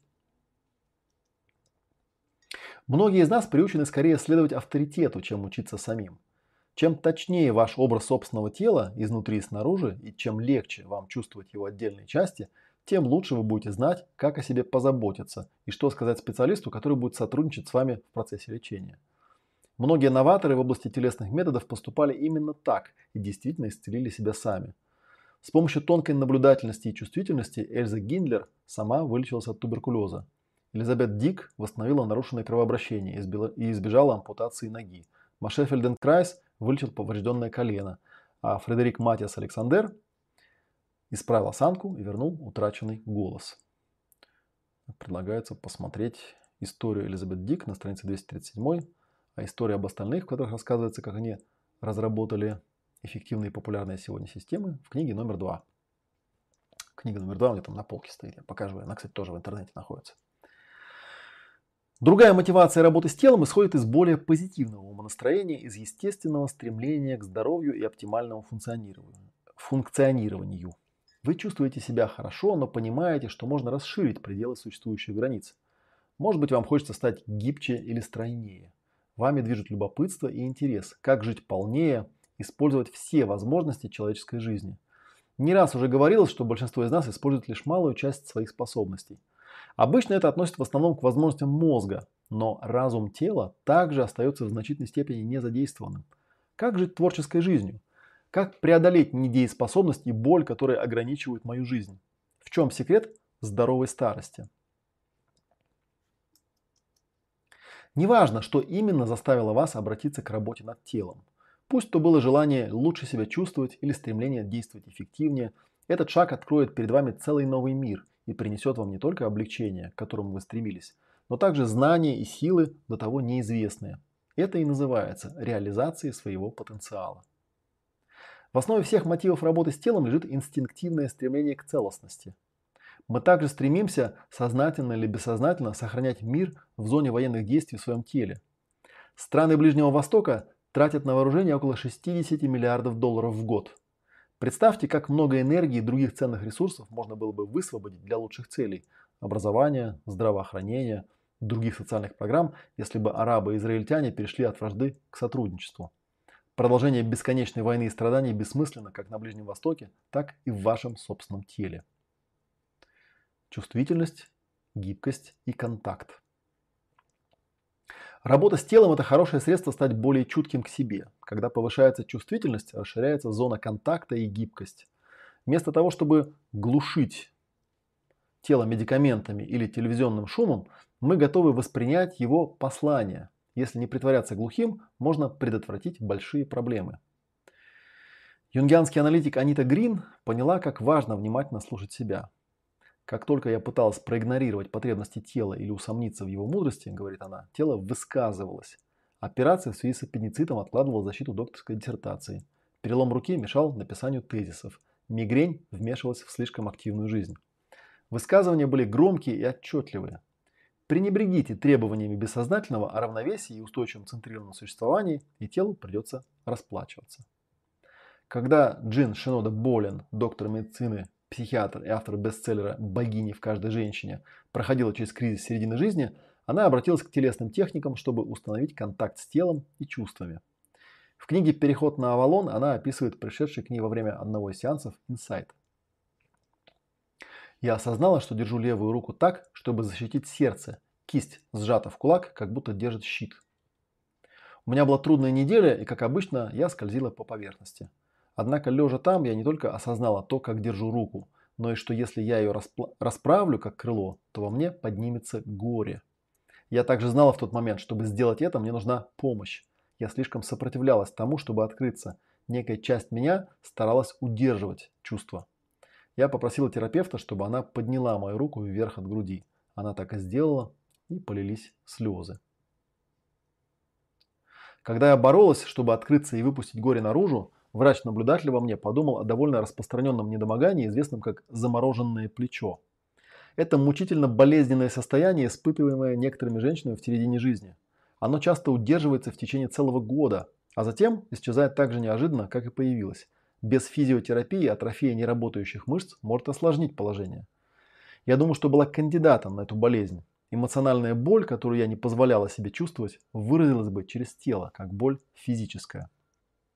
Многие из нас приучены скорее следовать авторитету, чем учиться самим. Чем точнее ваш образ собственного тела изнутри и снаружи, и чем легче вам чувствовать его отдельные части, тем лучше вы будете знать, как о себе позаботиться и что сказать специалисту, который будет сотрудничать с вами в процессе лечения. Многие новаторы в области телесных методов поступали именно так и действительно исцелили себя сами. С помощью тонкой наблюдательности и чувствительности Эльза Гиндлер сама вылечилась от туберкулеза. Элизабет Дик восстановила нарушенное кровообращение и избежала ампутации ноги. Маше Фельденкрайс вылечил поврежденное колено, а Фредерик Матиас Александер исправил осанку и вернул утраченный голос. Предлагается посмотреть историю Элизабет Дик на странице 237, а история об остальных, в которых рассказывается, как они разработали эффективные и популярные сегодня системы, в книге номер 2. Книга номер 2 у меня там на полке стоит, я покажу. Она, кстати, тоже в интернете находится. Другая мотивация работы с телом исходит из более позитивного умонастроения, из естественного стремления к здоровью и оптимальному функционированию. Вы чувствуете себя хорошо, но понимаете, что можно расширить пределы существующих границ. Может быть, вам хочется стать гибче или стройнее. Вами движет любопытство и интерес, как жить полнее, использовать все возможности человеческой жизни. Не раз уже говорилось, что большинство из нас использует лишь малую часть своих способностей. Обычно это относится в основном к возможностям мозга, но разум тела также остается в значительной степени незадействованным. Как жить творческой жизнью? Как преодолеть недееспособность и боль, которые ограничивают мою жизнь? В чем секрет здоровой старости? Неважно, что именно заставило вас обратиться к работе над телом. Пусть то было желание лучше себя чувствовать или стремление действовать эффективнее, этот шаг откроет перед вами целый новый мир и принесет вам не только облегчение, к которому вы стремились, но также знания и силы, до того неизвестные. Это и называется реализацией своего потенциала. В основе всех мотивов работы с телом лежит инстинктивное стремление к целостности. Мы также стремимся, сознательно или бессознательно, сохранять мир в зоне военных действий в своем теле. Страны Ближнего Востока тратят на вооружение около 60 миллиардов долларов в год. Представьте, как много энергии и других ценных ресурсов можно было бы высвободить для лучших целей – образования, здравоохранения, других социальных программ, если бы арабы и израильтяне перешли от вражды к сотрудничеству. Продолжение бесконечной войны и страданий бессмысленно как на Ближнем Востоке, так и в вашем собственном теле. Чувствительность, гибкость и контакт. Работа с телом – это хорошее средство стать более чутким к себе. Когда повышается чувствительность, расширяется зона контакта и гибкость. Вместо того, чтобы глушить тело медикаментами или телевизионным шумом, мы готовы воспринять его послание. Если не притворяться глухим, можно предотвратить большие проблемы. Юнгианский аналитик Анита Грин поняла, как важно внимательно слушать себя. Как только я пыталась проигнорировать потребности тела или усомниться в его мудрости, говорит она, тело высказывалось. Операция в связи с аппендицитом откладывала защиту докторской диссертации. Перелом руки мешал написанию тезисов. Мигрень вмешивалась в слишком активную жизнь. Высказывания были громкие и отчетливые. Пренебрегите требованиями бессознательного о равновесии и устойчивом центрированном существовании, и телу придется расплачиваться. Когда Джин Шинода Болен, доктор медицины, психиатр и автор бестселлера «Богини в каждой женщине», проходила через кризис середины жизни, она обратилась к телесным техникам, чтобы установить контакт с телом и чувствами. В книге «Переход на Авалон» она описывает пришедший к ней во время одного из сеансов инсайт. Я осознала, что держу левую руку так, чтобы защитить сердце. Кисть сжата в кулак, как будто держит щит. У меня была трудная неделя, и, как обычно, я скользила по поверхности. Однако, лежа там, я не только осознала то, как держу руку, но и что если я ее расправлю, как крыло, то во мне поднимется горе. Я также знала в тот момент, чтобы сделать это, мне нужна помощь. Я слишком сопротивлялась тому, чтобы открыться. Некая часть меня старалась удерживать чувства. Я попросила терапевта, чтобы она подняла мою руку вверх от груди. Она так и сделала, и полились слезы. Когда я боролась, чтобы открыться и выпустить горе наружу, врач-наблюдатель во мне подумал о довольно распространенном недомогании, известном как замороженное плечо. Это мучительно болезненное состояние, испытываемое некоторыми женщинами в середине жизни. Оно часто удерживается в течение целого года, а затем исчезает так же неожиданно, как и появилось. Без физиотерапии атрофия неработающих мышц может осложнить положение. Я думаю, что была кандидатом на эту болезнь. Эмоциональная боль, которую я не позволяла себе чувствовать, выразилась бы через тело, как боль физическая.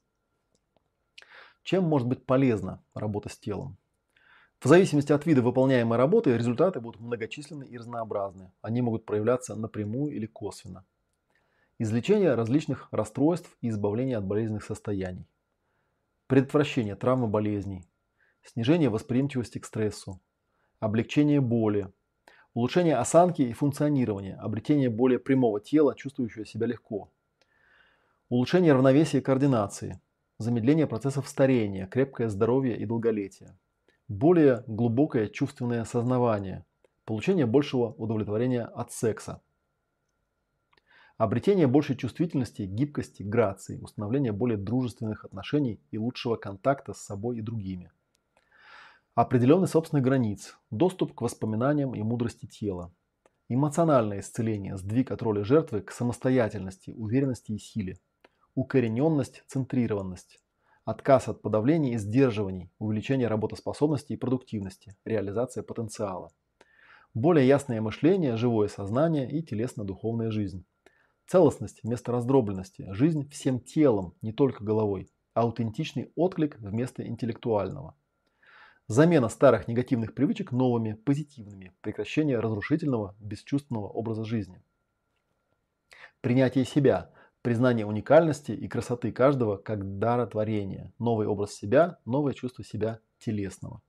Чем может быть полезна работа с телом? В зависимости от вида выполняемой работы результаты будут многочисленны и разнообразны. Они могут проявляться напрямую или косвенно. Излечение различных расстройств и избавление от болезненных состояний. Предотвращение травм и болезней. Снижение восприимчивости к стрессу. Облегчение боли. Улучшение осанки и функционирования. Обретение более прямого тела, чувствующего себя легко. Улучшение равновесия и координации. Замедление процессов старения, крепкое здоровье и долголетие. Более глубокое чувственное осознавание. Получение большего удовлетворения от секса. Обретение большей чувствительности, гибкости, грации, установление более дружественных отношений и лучшего контакта с собой и другими. Определенность собственных границ, доступ к воспоминаниям и мудрости тела. Эмоциональное исцеление, сдвиг от роли жертвы к самостоятельности, уверенности и силе. Укорененность, центрированность. Отказ от подавлений и сдерживаний, увеличение работоспособности и продуктивности, реализация потенциала. Более ясное мышление, живое сознание и телесно-духовная жизнь. Целостность вместо раздробленности, жизнь всем телом, не только головой, аутентичный отклик вместо интеллектуального. Замена старых негативных привычек новыми, позитивными, прекращение разрушительного, бесчувственного образа жизни. Принятие себя, признание уникальности и красоты каждого как дара творения, новый образ себя, новое чувство себя телесного.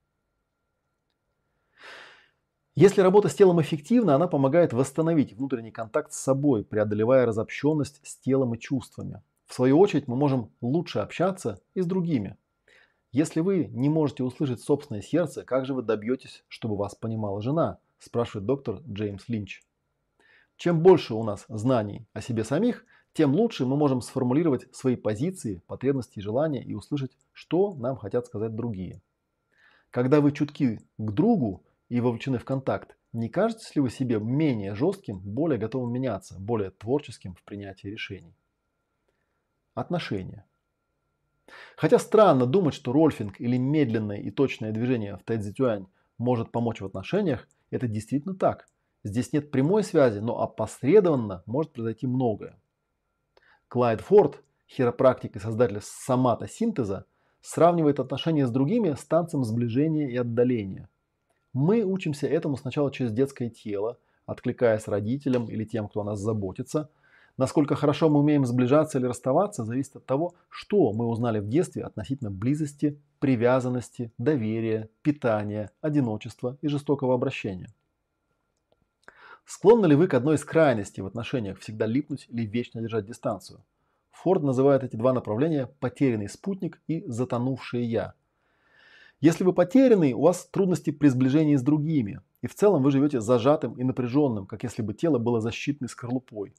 Если работа с телом эффективна, она помогает восстановить внутренний контакт с собой, преодолевая разобщенность с телом и чувствами. В свою очередь мы можем лучше общаться и с другими. Если вы не можете услышать собственное сердце, как же вы добьетесь, чтобы вас понимала жена? Спрашивает доктор Джеймс Линч. Чем больше у нас знаний о себе самих, тем лучше мы можем сформулировать свои позиции, потребности и желания и услышать, что нам хотят сказать другие. Когда вы чутки к другу и вовлечены в контакт, не кажетесь ли вы себе менее жестким, более готовым меняться, более творческим в принятии решений? Отношения. Хотя странно думать, что рольфинг или медленное и точное движение в тайцзи-цюань может помочь в отношениях, это действительно так. Здесь нет прямой связи, но опосредованно может произойти многое. Клайд Форд, хиропрактик и создатель сомато-синтеза, сравнивает отношения с другими с танцем сближения и отдаления. Мы учимся этому сначала через детское тело, откликаясь родителям или тем, кто о нас заботится. Насколько хорошо мы умеем сближаться или расставаться, зависит от того, что мы узнали в детстве относительно близости, привязанности, доверия, питания, одиночества и жестокого обращения. Склонны ли вы к одной из крайностей в отношениях, всегда липнуть или вечно держать дистанцию? Форд называет эти два направления «потерянный спутник» и «затонувшее я». Если вы потерянный, у вас трудности при сближении с другими, и в целом вы живете зажатым и напряженным, как если бы тело было защитной скорлупой.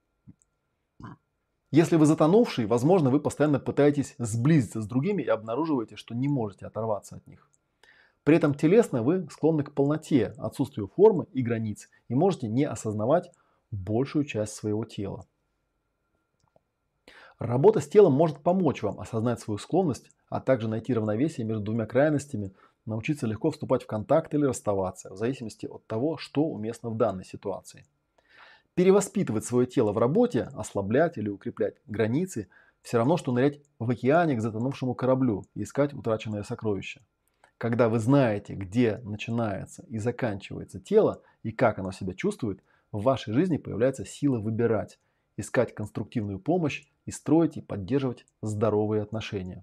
Если вы затонувший, возможно, вы постоянно пытаетесь сблизиться с другими и обнаруживаете, что не можете оторваться от них. При этом телесно вы склонны к полноте, отсутствию формы и границ, и можете не осознавать большую часть своего тела. Работа с телом может помочь вам осознать свою склонность, а также найти равновесие между двумя крайностями, научиться легко вступать в контакт или расставаться, в зависимости от того, что уместно в данной ситуации. Перевоспитывать свое тело в работе, ослаблять или укреплять границы, все равно, что нырять в океане к затонувшему кораблю и искать утраченное сокровище. Когда вы знаете, где начинается и заканчивается тело и как оно себя чувствует, в вашей жизни появляется сила выбирать, искать конструктивную помощь и строить и поддерживать здоровые отношения.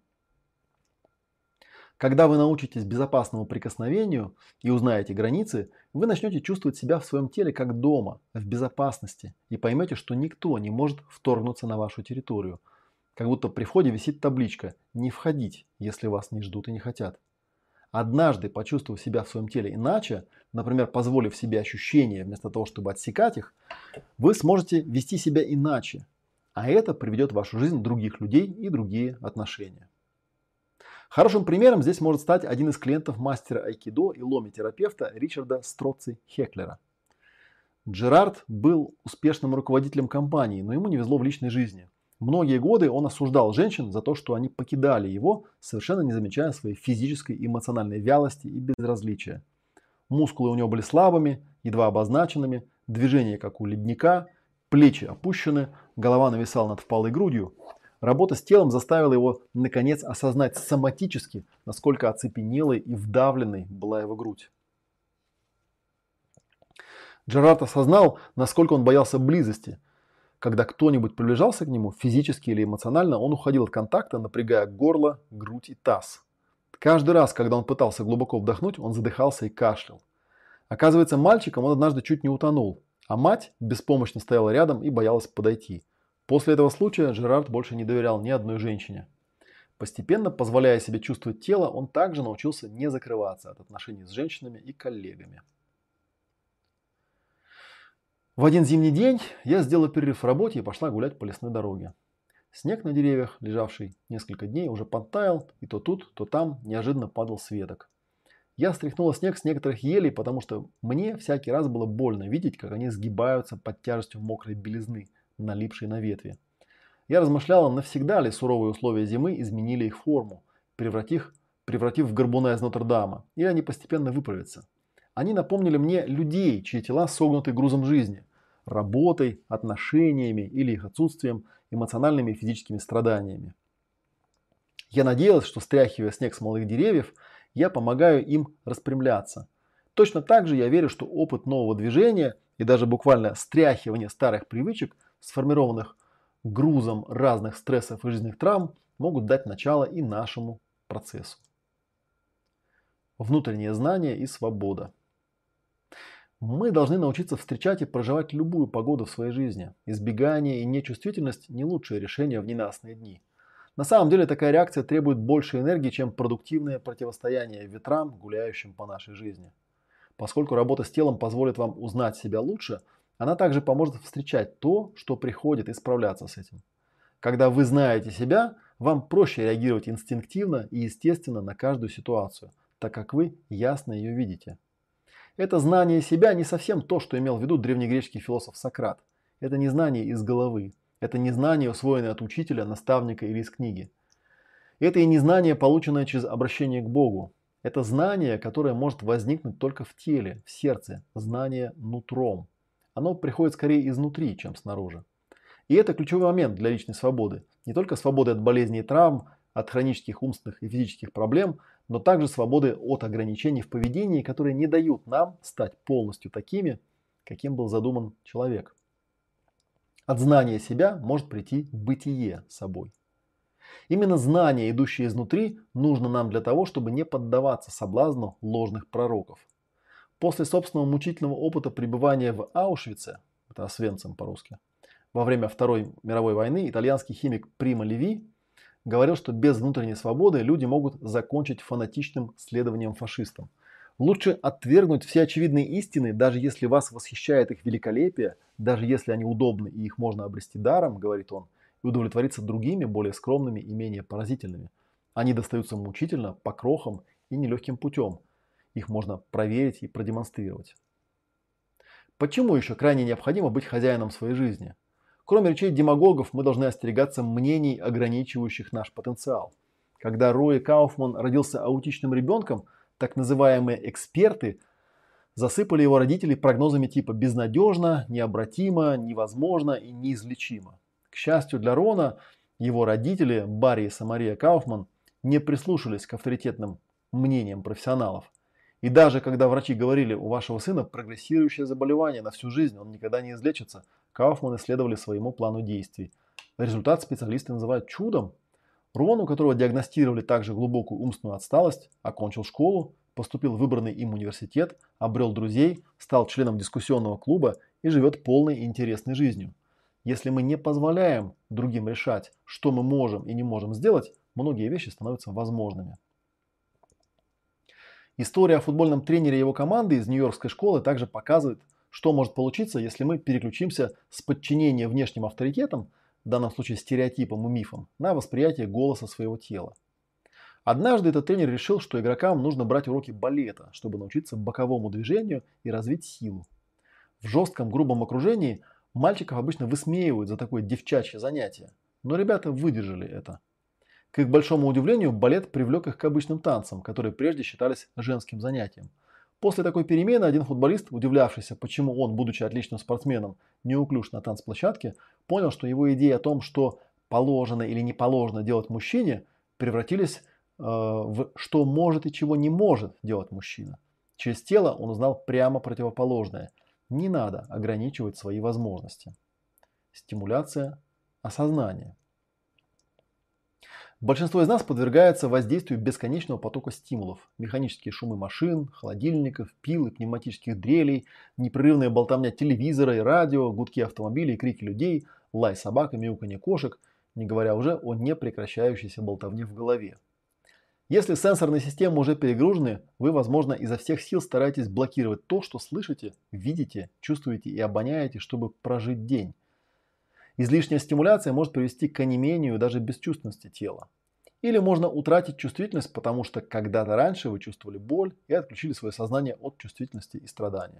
Когда вы научитесь безопасному прикосновению и узнаете границы, вы начнете чувствовать себя в своем теле как дома, в безопасности, и поймете, что никто не может вторгнуться на вашу территорию. Как будто при входе висит табличка «Не входить, если вас не ждут и не хотят». Однажды, почувствовав себя в своем теле иначе, например, позволив себе ощущения вместо того, чтобы отсекать их, вы сможете вести себя иначе, а это приведет в вашу жизнь других людей и другие отношения. Хорошим примером здесь может стать один из клиентов мастера айкидо и ломи-терапевта Ричарда Строци-Хеклера. Джерард был успешным руководителем компании, но ему не везло в личной жизни. Многие годы он осуждал женщин за то, что они покидали его, совершенно не замечая своей физической и эмоциональной вялости и безразличия. Мускулы у него были слабыми, едва обозначенными, движения как у ледника, плечи опущены, голова нависала над впалой грудью. Работа с телом заставила его, наконец, осознать соматически, насколько оцепенелой и вдавленной была его грудь. Джерард осознал, насколько он боялся близости. Когда кто-нибудь приближался к нему, физически или эмоционально, он уходил от контакта, напрягая горло, грудь и таз. Каждый раз, когда он пытался глубоко вдохнуть, он задыхался и кашлял. Оказывается, мальчиком он однажды чуть не утонул, а мать беспомощно стояла рядом и боялась подойти. После этого случая Джерард больше не доверял ни одной женщине. Постепенно, позволяя себе чувствовать тело, он также научился не закрываться от отношений с женщинами и коллегами. В один зимний день я сделала перерыв в работе и пошла гулять по лесной дороге. Снег на деревьях, лежавший несколько дней, уже подтаял, и то тут, то там неожиданно падал с веток. Я стряхнула снег с некоторых елей, потому что мне всякий раз было больно видеть, как они сгибаются под тяжестью мокрой белизны, налипшей на ветви. Я размышляла, навсегда ли суровые условия зимы изменили их форму, превратив в горбуна из Нотр-Дама, или они постепенно выправятся. Они напомнили мне людей, чьи тела согнуты грузом жизни, работой, отношениями или их отсутствием, эмоциональными и физическими страданиями. Я надеялась, что, стряхивая снег с молодых деревьев, я помогаю им распрямляться. Точно так же я верю, что опыт нового движения и даже буквально стряхивание старых привычек, сформированных грузом разных стрессов и жизненных травм, могут дать начало и нашему процессу. Внутреннее знание и свобода. Мы должны научиться встречать и проживать любую погоду в своей жизни. Избегание и нечувствительность – не лучшее решение в ненастные дни. На самом деле такая реакция требует больше энергии, чем продуктивное противостояние ветрам, гуляющим по нашей жизни. Поскольку работа с телом позволит вам узнать себя лучше, она также поможет встречать то, что приходит, и справляться с этим. Когда вы знаете себя, вам проще реагировать инстинктивно и естественно на каждую ситуацию, так как вы ясно ее видите. Это знание себя не совсем то, что имел в виду древнегреческий философ Сократ. Это не знание из головы. Это не знание, усвоенное от учителя, наставника или из книги. Это и не знание, полученное через обращение к Богу. Это знание, которое может возникнуть только в теле, в сердце. Знание нутром. Оно приходит скорее изнутри, чем снаружи. И это ключевой момент для личной свободы. Не только свободы от болезней и травм, от хронических умственных и физических проблем, но также свободы от ограничений в поведении, которые не дают нам стать полностью такими, каким был задуман человек. От знания себя может прийти бытие собой. Именно знание, идущее изнутри, нужно нам для того, чтобы не поддаваться соблазну ложных пророков. После собственного мучительного опыта пребывания в Аушвице, это Освенцим по-русски, во время Второй мировой войны итальянский химик Прима Леви говорил, что без внутренней свободы люди могут закончить фанатичным следованием фашистам. Лучше отвергнуть все очевидные истины, даже если вас восхищает их великолепие, даже если они удобны и их можно обрести даром, говорит он, и удовлетвориться другими, более скромными и менее поразительными. Они достаются мучительно, по крохам и нелегким путем. Их можно проверить и продемонстрировать. Почему еще крайне необходимо быть хозяином своей жизни? Кроме речей демагогов, мы должны остерегаться мнений, ограничивающих наш потенциал. Когда Рой Кауфман родился аутичным ребенком, так называемые эксперты засыпали его родителей прогнозами типа «безнадежно», «необратимо», «невозможно» и «неизлечимо». К счастью для Рона, его родители, Барри и Самария Кауфман, не прислушались к авторитетным мнениям профессионалов. И даже когда врачи говорили, у вашего сына прогрессирующее заболевание на всю жизнь, он никогда не излечится, Кауфманы следовали своему плану действий. Результат специалисты называют чудом. Рон, у которого диагностировали также глубокую умственную отсталость, окончил школу, поступил в выбранный им университет, обрел друзей, стал членом дискуссионного клуба и живет полной и интересной жизнью. Если мы не позволяем другим решать, что мы можем и не можем сделать, многие вещи становятся возможными. История о футбольном тренере и его команды из Нью-Йоркской школы также показывает, что может получиться, если мы переключимся с подчинения внешним авторитетам, в данном случае стереотипам и мифам, на восприятие голоса своего тела. Однажды этот тренер решил, что игрокам нужно брать уроки балета, чтобы научиться боковому движению и развить силу. В жестком, грубом окружении мальчиков обычно высмеивают за такое девчачье занятие, но ребята выдержали это. К их большому удивлению, балет привлек их к обычным танцам, которые прежде считались женским занятием. После такой перемены один футболист, удивлявшийся, почему он, будучи отличным спортсменом, неуклюж на танцплощадке, понял, что его идея о том, что положено или не положено делать мужчине, превратились в что может и чего не может делать мужчина. Через тело он узнал прямо противоположное. Не надо ограничивать свои возможности. Стимуляция осознания. Большинство из нас подвергается воздействию бесконечного потока стимулов. Механические шумы машин, холодильников, пил и пневматических дрелей, непрерывная болтовня телевизора и радио, гудки автомобилей и крики людей, лай собак и мяуканье кошек, не говоря уже о непрекращающейся болтовне в голове. Если сенсорные системы уже перегружены, вы, возможно, изо всех сил стараетесь блокировать то, что слышите, видите, чувствуете и обоняете, чтобы прожить день. Излишняя стимуляция может привести к онемению и даже бесчувственности тела. Или можно утратить чувствительность, потому что когда-то раньше вы чувствовали боль и отключили свое сознание от чувствительности и страдания.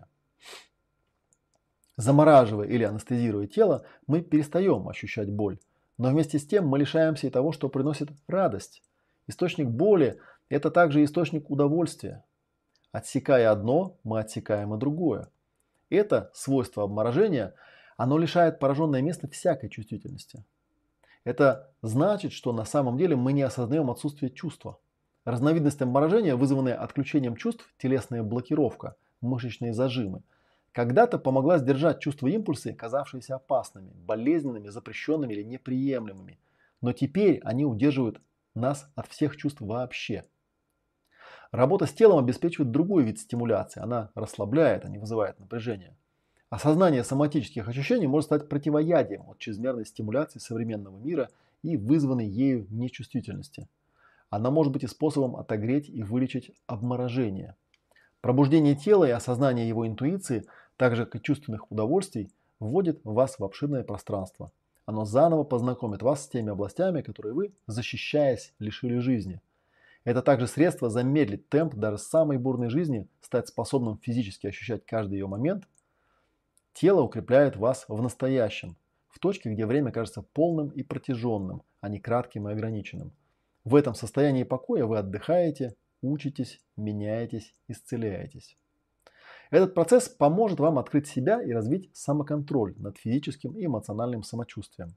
Замораживая или анестезируя тело, мы перестаем ощущать боль. Но вместе с тем мы лишаемся и того, что приносит радость. Источник боли – это также источник удовольствия. Отсекая одно, мы отсекаем и другое. Это свойство обморожения – оно лишает пораженное место всякой чувствительности. Это значит, что на самом деле мы не осознаем отсутствие чувства. Разновидность обморожения, вызванная отключением чувств, телесная блокировка, мышечные зажимы, когда-то помогла сдержать чувства и импульсы, казавшиеся опасными, болезненными, запрещенными или неприемлемыми. Но теперь они удерживают нас от всех чувств вообще. Работа с телом обеспечивает другой вид стимуляции. Она расслабляет, а не вызывает напряжение. Осознание соматических ощущений может стать противоядием от чрезмерной стимуляции современного мира и вызванной ею нечувствительности. Она может быть и способом отогреть и вылечить обморожение. Пробуждение тела и осознание его интуиции, так же как и чувственных удовольствий, вводит вас в обширное пространство. Оно заново познакомит вас с теми областями, которые вы, защищаясь, лишили жизни. Это также средство замедлить темп даже самой бурной жизни, стать способным физически ощущать каждый ее момент. Тело укрепляет вас в настоящем, в точке, где время кажется полным и протяженным, а не кратким и ограниченным. В этом состоянии покоя вы отдыхаете, учитесь, меняетесь, исцеляетесь. Этот процесс поможет вам открыть себя и развить самоконтроль над физическим и эмоциональным самочувствием.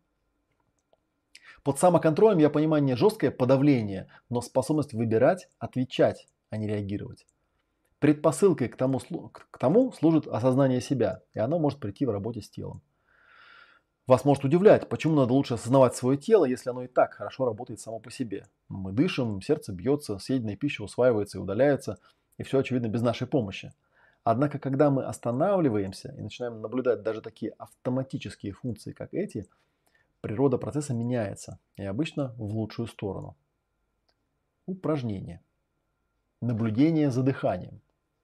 Под самоконтролем я понимаю не жесткое подавление, но способность выбирать, отвечать, а не реагировать. Предпосылкой к тому служит осознание себя, и оно может прийти в работе с телом. Вас может удивлять, почему надо лучше осознавать свое тело, если оно и так хорошо работает само по себе. Мы дышим, сердце бьется, съеденная пища усваивается и удаляется, и все очевидно без нашей помощи. Однако, когда мы останавливаемся и начинаем наблюдать даже такие автоматические функции, как эти, природа процесса меняется, и обычно в лучшую сторону. Упражнение. Наблюдение за дыханием.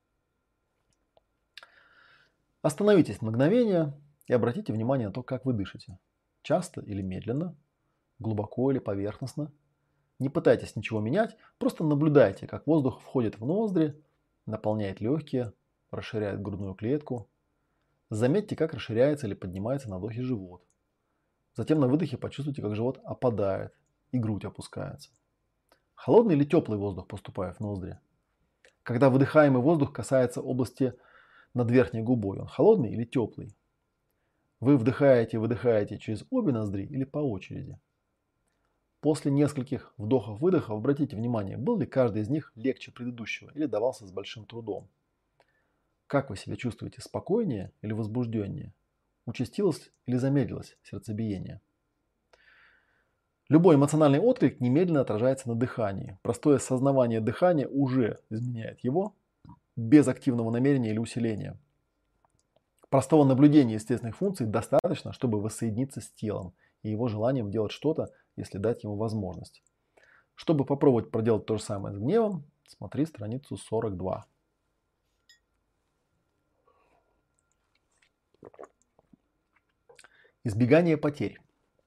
Остановитесь на мгновение и обратите внимание на то, как вы дышите. Часто или медленно, глубоко или поверхностно. Не пытайтесь ничего менять, просто наблюдайте, как воздух входит в ноздри, наполняет легкие, расширяет грудную клетку. Заметьте, как расширяется или поднимается на вдохе живот. Затем на выдохе почувствуйте, как живот опадает и грудь опускается. Холодный или теплый воздух поступает в ноздри? Когда выдыхаемый воздух касается области над верхней губой, он холодный или теплый? Вы вдыхаете и выдыхаете через обе ноздри или по очереди? После нескольких вдохов-выдохов обратите внимание, был ли каждый из них легче предыдущего или давался с большим трудом. Как вы себя чувствуете, спокойнее или возбужденнее? Участилось или замедлилось сердцебиение? Любой эмоциональный отклик немедленно отражается на дыхании. Простое осознавание дыхания уже изменяет его без активного намерения или усиления. Простого наблюдения естественных функций достаточно, чтобы воссоединиться с телом и его желанием делать что-то, если дать ему возможность. Чтобы попробовать проделать то же самое с гневом, смотри страницу 42. Избегание потерь.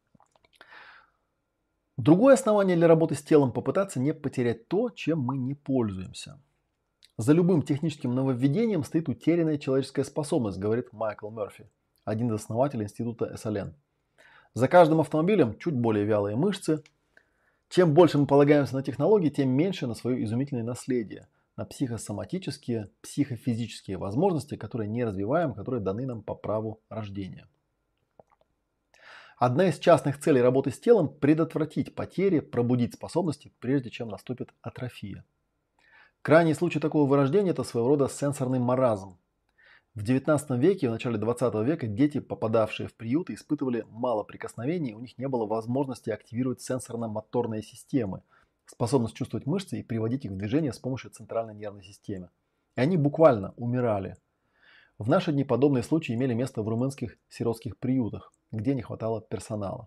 Другое основание для работы с телом – попытаться не потерять то, чем мы не пользуемся. За любым техническим нововведением стоит утерянная человеческая способность, говорит Майкл Мерфи, один из основателей института SLN. За каждым автомобилем чуть более вялые мышцы. Чем больше мы полагаемся на технологии, тем меньше на свое изумительное наследие, на психосоматические, психофизические возможности, которые не развиваем, которые даны нам по праву рождения. Одна из частных целей работы с телом – предотвратить потери, пробудить способности, прежде чем наступит атрофия. Крайний случай такого вырождения – это своего рода сенсорный маразм. В XIX веке и в начале XX века дети, попадавшие в приюты, испытывали мало прикосновений, у них не было возможности активировать сенсорно-моторные системы, способность чувствовать мышцы и приводить их в движение с помощью центральной нервной системы. И они буквально умирали. В наши дни подобные случаи имели место в румынских сиротских приютах, где не хватало персонала.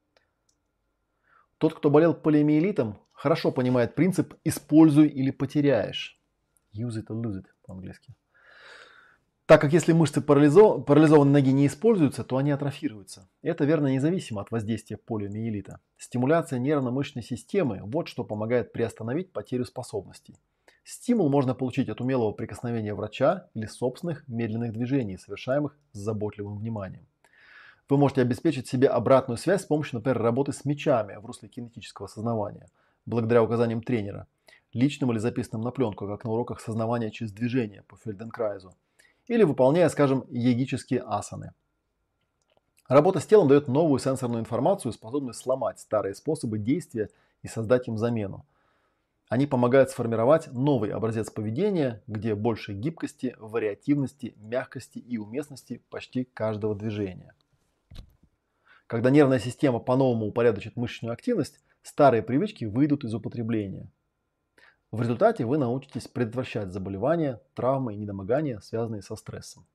Тот, кто болел полиомиелитом, хорошо понимает принцип «используй или потеряешь». Use it or lose it по-английски. Так как если мышцы парализованной ноги не используются, то они атрофируются. И это верно независимо от воздействия полиомиелита. Стимуляция нервно-мышечной системы – вот что помогает приостановить потерю способностей. Стимул можно получить от умелого прикосновения врача или собственных медленных движений, совершаемых с заботливым вниманием. Вы можете обеспечить себе обратную связь с помощью, например, работы с мячами в русле кинетического сознавания, благодаря указаниям тренера, личным или записанным на пленку, как на уроках сознавания через движение по Фельденкрайзу, или выполняя, скажем, йогические асаны. Работа с телом дает новую сенсорную информацию, способную сломать старые способы действия и создать им замену. Они помогают сформировать новый образец поведения, где больше гибкости, вариативности, мягкости и уместности почти каждого движения. Когда нервная система по-новому упорядочит мышечную активность, старые привычки выйдут из употребления. В результате вы научитесь предотвращать заболевания, травмы и недомогания, связанные со стрессом.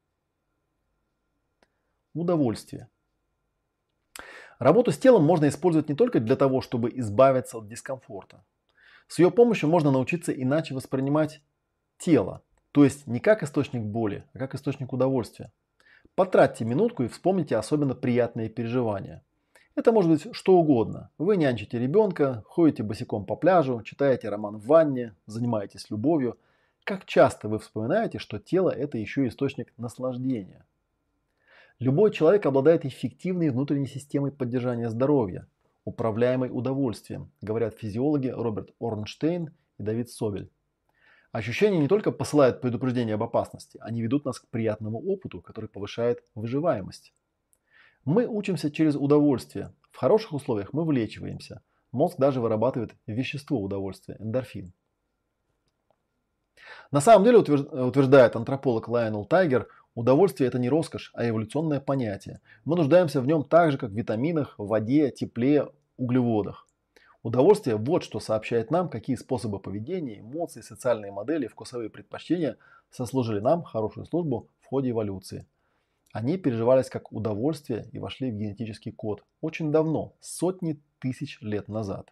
Удовольствие. Работу с телом можно использовать не только для того, чтобы избавиться от дискомфорта. С ее помощью можно научиться иначе воспринимать тело, то есть не как источник боли, а как источник удовольствия. Потратьте минутку и вспомните особенно приятные переживания. Это может быть что угодно. Вы нянчите ребенка, ходите босиком по пляжу, читаете роман в ванне, занимаетесь любовью. Как часто вы вспоминаете, что тело – это еще источник наслаждения? Любой человек обладает эффективной внутренней системой поддержания здоровья, управляемой удовольствием, говорят физиологи Роберт Орнштейн и Давид Собель. Ощущения не только посылают предупреждение об опасности, они ведут нас к приятному опыту, который повышает выживаемость. Мы учимся через удовольствие. В хороших условиях мы вылечиваемся. Мозг даже вырабатывает вещество удовольствия – эндорфин. На самом деле, утверждает антрополог Лайонел Тайгер, удовольствие – это не роскошь, а эволюционное понятие. Мы нуждаемся в нем так же, как в витаминах, в воде, тепле, углеводах. Удовольствие – вот что сообщает нам, какие способы поведения, эмоции, социальные модели, вкусовые предпочтения сослужили нам хорошую службу в ходе эволюции. Они переживались как удовольствие и вошли в генетический код очень давно, сотни тысяч лет назад.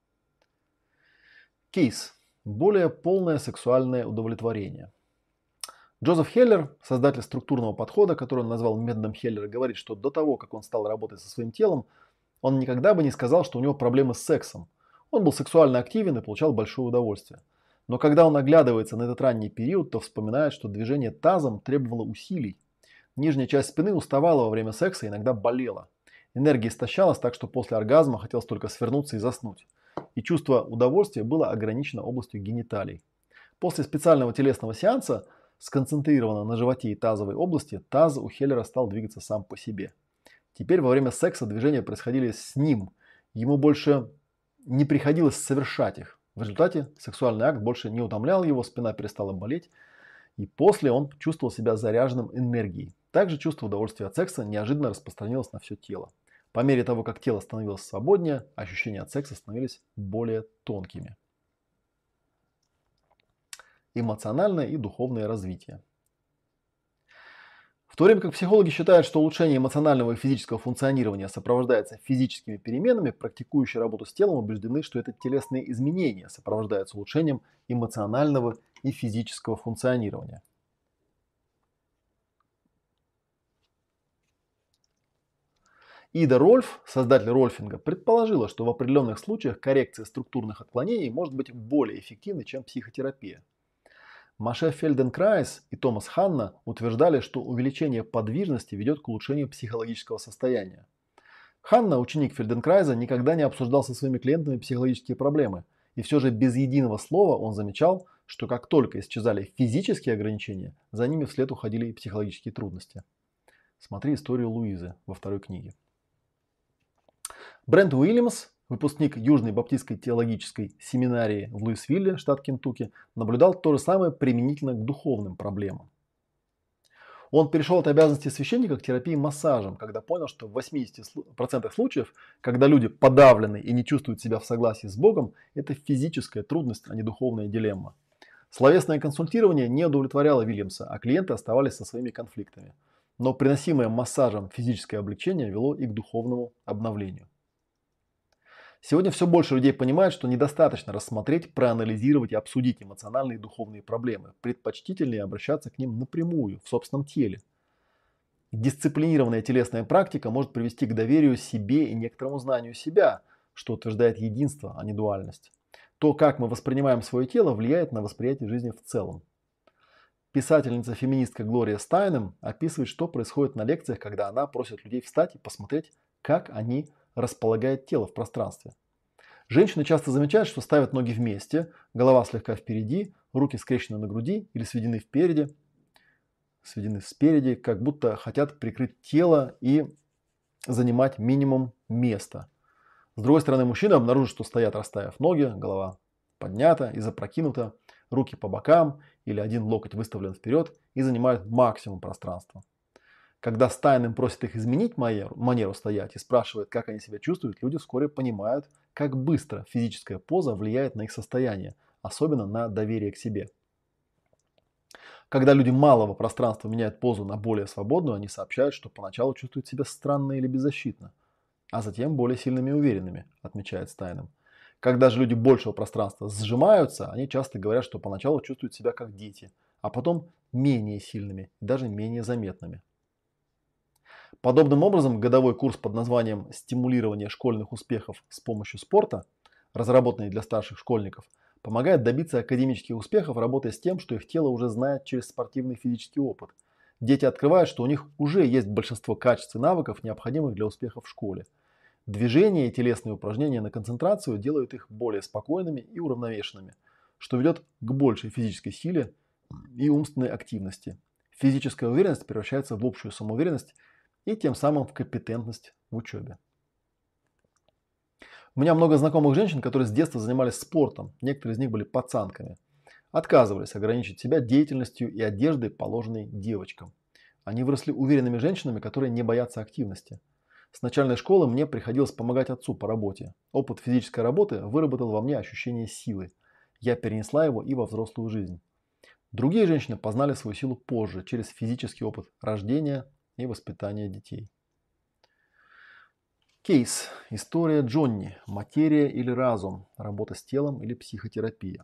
Кейс. Более полное сексуальное удовлетворение. Джозеф Хеллер, создатель структурного подхода, который он назвал методом Хеллера, говорит, что до того, как он стал работать со своим телом, он никогда бы не сказал, что у него проблемы с сексом. Он был сексуально активен и получал большое удовольствие. Но когда он оглядывается на этот ранний период, то вспоминает, что движение тазом требовало усилий. Нижняя часть спины уставала во время секса и иногда болела. Энергия истощалась так, что после оргазма хотелось только свернуться и заснуть. И чувство удовольствия было ограничено областью гениталий. После специального телесного сеанса, сконцентрированного на животе и тазовой области, таз у Хеллера стал двигаться сам по себе. Теперь во время секса движения происходили с ним. Ему больше не приходилось совершать их. В результате сексуальный акт больше не утомлял его, спина перестала болеть. И после он чувствовал себя заряженным энергией. Также чувство удовольствия от секса неожиданно распространилось на все тело. По мере того, как тело становилось свободнее, ощущения от секса становились более тонкими. Эмоциональное и духовное развитие. В то время как психологи считают, что улучшение эмоционального и физического функционирования сопровождается физическими переменами, практикующие работу с телом убеждены, что это телесные изменения сопровождаются улучшением эмоционального и физического функционирования. Ида Рольф, создатель рольфинга, предположила, что в определенных случаях коррекция структурных отклонений может быть более эффективной, чем психотерапия. Моше Фельденкрайз и Томас Ханна утверждали, что увеличение подвижности ведет к улучшению психологического состояния. Ханна, ученик Фельденкрайза, никогда не обсуждал со своими клиентами психологические проблемы, и все же без единого слова он замечал, что как только исчезали физические ограничения, за ними вслед уходили и психологические трудности. Смотри историю Луизы во второй книге. Брент Уильямс, выпускник Южной Баптистской теологической семинарии в Луисвилле, штат Кентукки, наблюдал то же самое применительно к духовным проблемам. Он перешел от обязанности священника к терапии массажем, когда понял, что в 80% случаев, когда люди подавлены и не чувствуют себя в согласии с Богом, это физическая трудность, а не духовная дилемма. Словесное консультирование не удовлетворяло Уильямса, а клиенты оставались со своими конфликтами. Но приносимое массажем физическое облегчение вело и к духовному обновлению. Сегодня все больше людей понимают, что недостаточно рассмотреть, проанализировать и обсудить эмоциональные и духовные проблемы. Предпочтительнее обращаться к ним напрямую, в собственном теле. Дисциплинированная телесная практика может привести к доверию себе и некоторому знанию себя, что утверждает единство, а не дуальность. То, как мы воспринимаем свое тело, влияет на восприятие жизни в целом. Писательница-феминистка Глория Стайнем описывает, что происходит на лекциях, когда она просит людей встать и посмотреть, как они располагают тело в пространстве. Женщины часто замечают, что ставят ноги вместе, голова слегка впереди, руки скрещены на груди или сведены спереди, как будто хотят прикрыть тело и занимать минимум места. С другой стороны, мужчины обнаружат, что стоят, расставив ноги, голова поднята и запрокинута, руки по бокам или один локоть выставлен вперед и занимают максимум пространства. Когда Стайнем просит их изменить манеру стоять и спрашивает, как они себя чувствуют, люди вскоре понимают, как быстро физическая поза влияет на их состояние, особенно на доверие к себе. Когда люди малого пространства меняют позу на более свободную, они сообщают, что поначалу чувствуют себя странно или беззащитно, а затем более сильными и уверенными, отмечает Стайнем. Когда же люди большего пространства сжимаются, они часто говорят, что поначалу чувствуют себя как дети, а потом менее сильными, даже менее заметными. Подобным образом, годовой курс под названием «Стимулирование школьных успехов с помощью спорта», разработанный для старших школьников, помогает добиться академических успехов, работая с тем, что их тело уже знает через спортивный физический опыт. Дети открывают, что у них уже есть большинство качеств и навыков, необходимых для успеха в школе. Движения и телесные упражнения на концентрацию делают их более спокойными и уравновешенными, что ведет к большей физической силе и умственной активности. Физическая уверенность превращается в общую самоуверенность и тем самым в компетентность в учебе. У меня много знакомых женщин, которые с детства занимались спортом. Некоторые из них были пацанками. Отказывались ограничить себя деятельностью и одеждой, положенной девочкам. Они выросли уверенными женщинами, которые не боятся активности. С начальной школы мне приходилось помогать отцу по работе. Опыт физической работы выработал во мне ощущение силы. Я перенесла его и во взрослую жизнь. Другие женщины познали свою силу позже, через физический опыт рождения и воспитания детей. Кейс. История Джонни. Материя или разум. Работа с телом или психотерапия.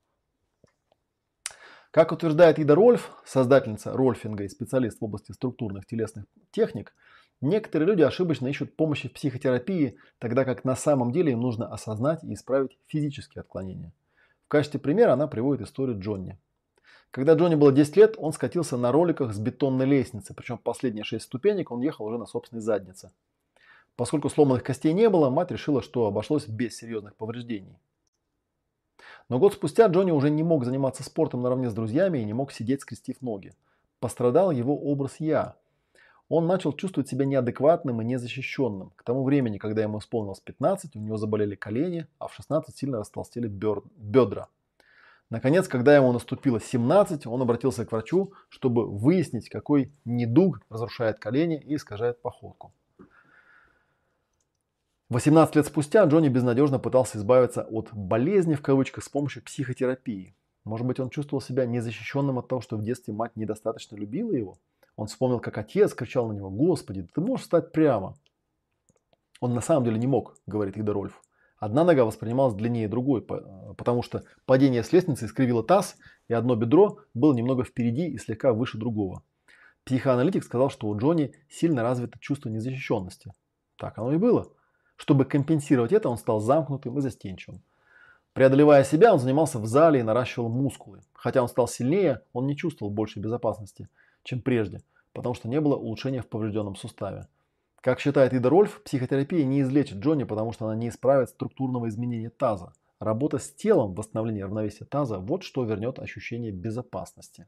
Как утверждает Ида Рольф, создательница рольфинга и специалист в области структурных телесных техник, некоторые люди ошибочно ищут помощи в психотерапии, тогда как на самом деле им нужно осознать и исправить физические отклонения. В качестве примера она приводит историю Джонни. Когда Джонни было 10 лет, он скатился на роликах с бетонной лестницы, причем последние 6 ступенек он ехал уже на собственной заднице. Поскольку сломанных костей не было, мать решила, что обошлось без серьезных повреждений. Но год спустя Джонни уже не мог заниматься спортом наравне с друзьями и не мог сидеть, скрестив ноги. Пострадал его образ «я». Он начал чувствовать себя неадекватным и незащищенным. К тому времени, когда ему исполнилось 15, у него заболели колени, а в 16 сильно растолстели бедра. Наконец, когда ему наступило 17, он обратился к врачу, чтобы выяснить, какой недуг разрушает колени и искажает походку. 18 лет спустя Джонни безнадежно пытался избавиться от «болезни» в кавычках с помощью психотерапии. Может быть, он чувствовал себя незащищенным от того, что в детстве мать недостаточно любила его? Он вспомнил, как отец кричал на него: «Господи, ты можешь встать прямо?» Он на самом деле не мог, говорит Ида Рольф. Одна нога воспринималась длиннее другой, потому что падение с лестницы искривило таз, и одно бедро было немного впереди и слегка выше другого. Психоаналитик сказал, что у Джонни сильно развито чувство незащищенности. Так оно и было. Чтобы компенсировать это, он стал замкнутым и застенчивым. Преодолевая себя, он занимался в зале и наращивал мускулы. Хотя он стал сильнее, он не чувствовал большей безопасности, чем прежде, потому что не было улучшения в поврежденном суставе. Как считает Ида Рольф, психотерапия не излечит Джонни, потому что она не исправит структурного изменения таза. Работа с телом, восстановление равновесия таза – вот что вернет ощущение безопасности.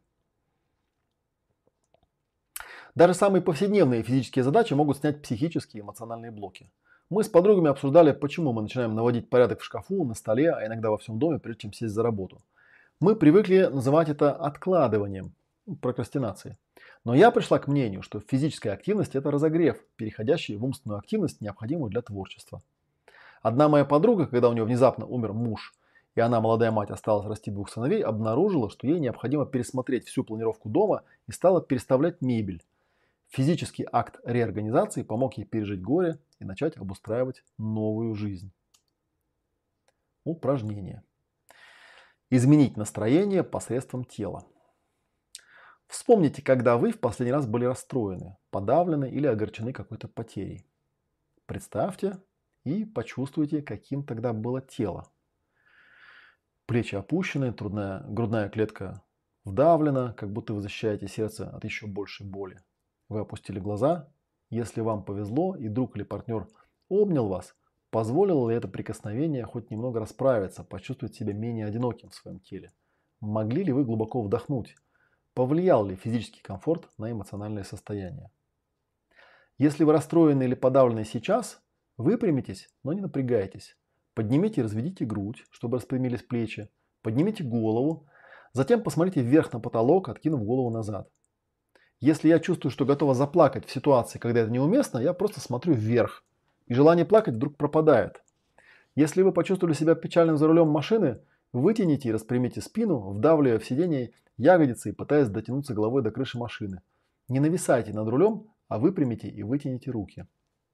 Даже самые повседневные физические задачи могут снять психические и эмоциональные блоки. Мы с подругами обсуждали, почему мы начинаем наводить порядок в шкафу, на столе, а иногда во всем доме, прежде чем сесть за работу. Мы привыкли называть это откладыванием, прокрастинацией. Но я пришла к мнению, что физическая активность – это разогрев, переходящий в умственную активность, необходимую для творчества. Одна моя подруга, когда у нее внезапно умер муж, и она, молодая мать, осталась расти 2 сыновей, обнаружила, что ей необходимо пересмотреть всю планировку дома и стала переставлять мебель. Физический акт реорганизации помог ей пережить горе и начать обустраивать новую жизнь. Упражнение. Изменить настроение посредством тела. Вспомните, когда вы в последний раз были расстроены, подавлены или огорчены какой-то потерей. Представьте и почувствуйте, каким тогда было тело. Плечи опущены, грудная клетка вдавлена, как будто вы защищаете сердце от еще большей боли. Вы опустили глаза. Если вам повезло и друг или партнер обнял вас, позволило ли это прикосновение хоть немного расправиться, почувствовать себя менее одиноким в своем теле? Могли ли вы глубоко вдохнуть? Повлиял ли физический комфорт на эмоциональное состояние? Если вы расстроены или подавлены сейчас, выпрямитесь, но не напрягайтесь. Поднимите и разведите грудь, чтобы распрямились плечи. Поднимите голову. Затем посмотрите вверх на потолок, откинув голову назад. Если я чувствую, что готова заплакать в ситуации, когда это неуместно, я просто смотрю вверх. И желание плакать вдруг пропадает. Если вы почувствовали себя печальным за рулем машины, вытяните и распрямите спину, вдавливая в сиденье ягодицы и пытаясь дотянуться головой до крыши машины. Не нависайте над рулем, а выпрямите и вытяните руки.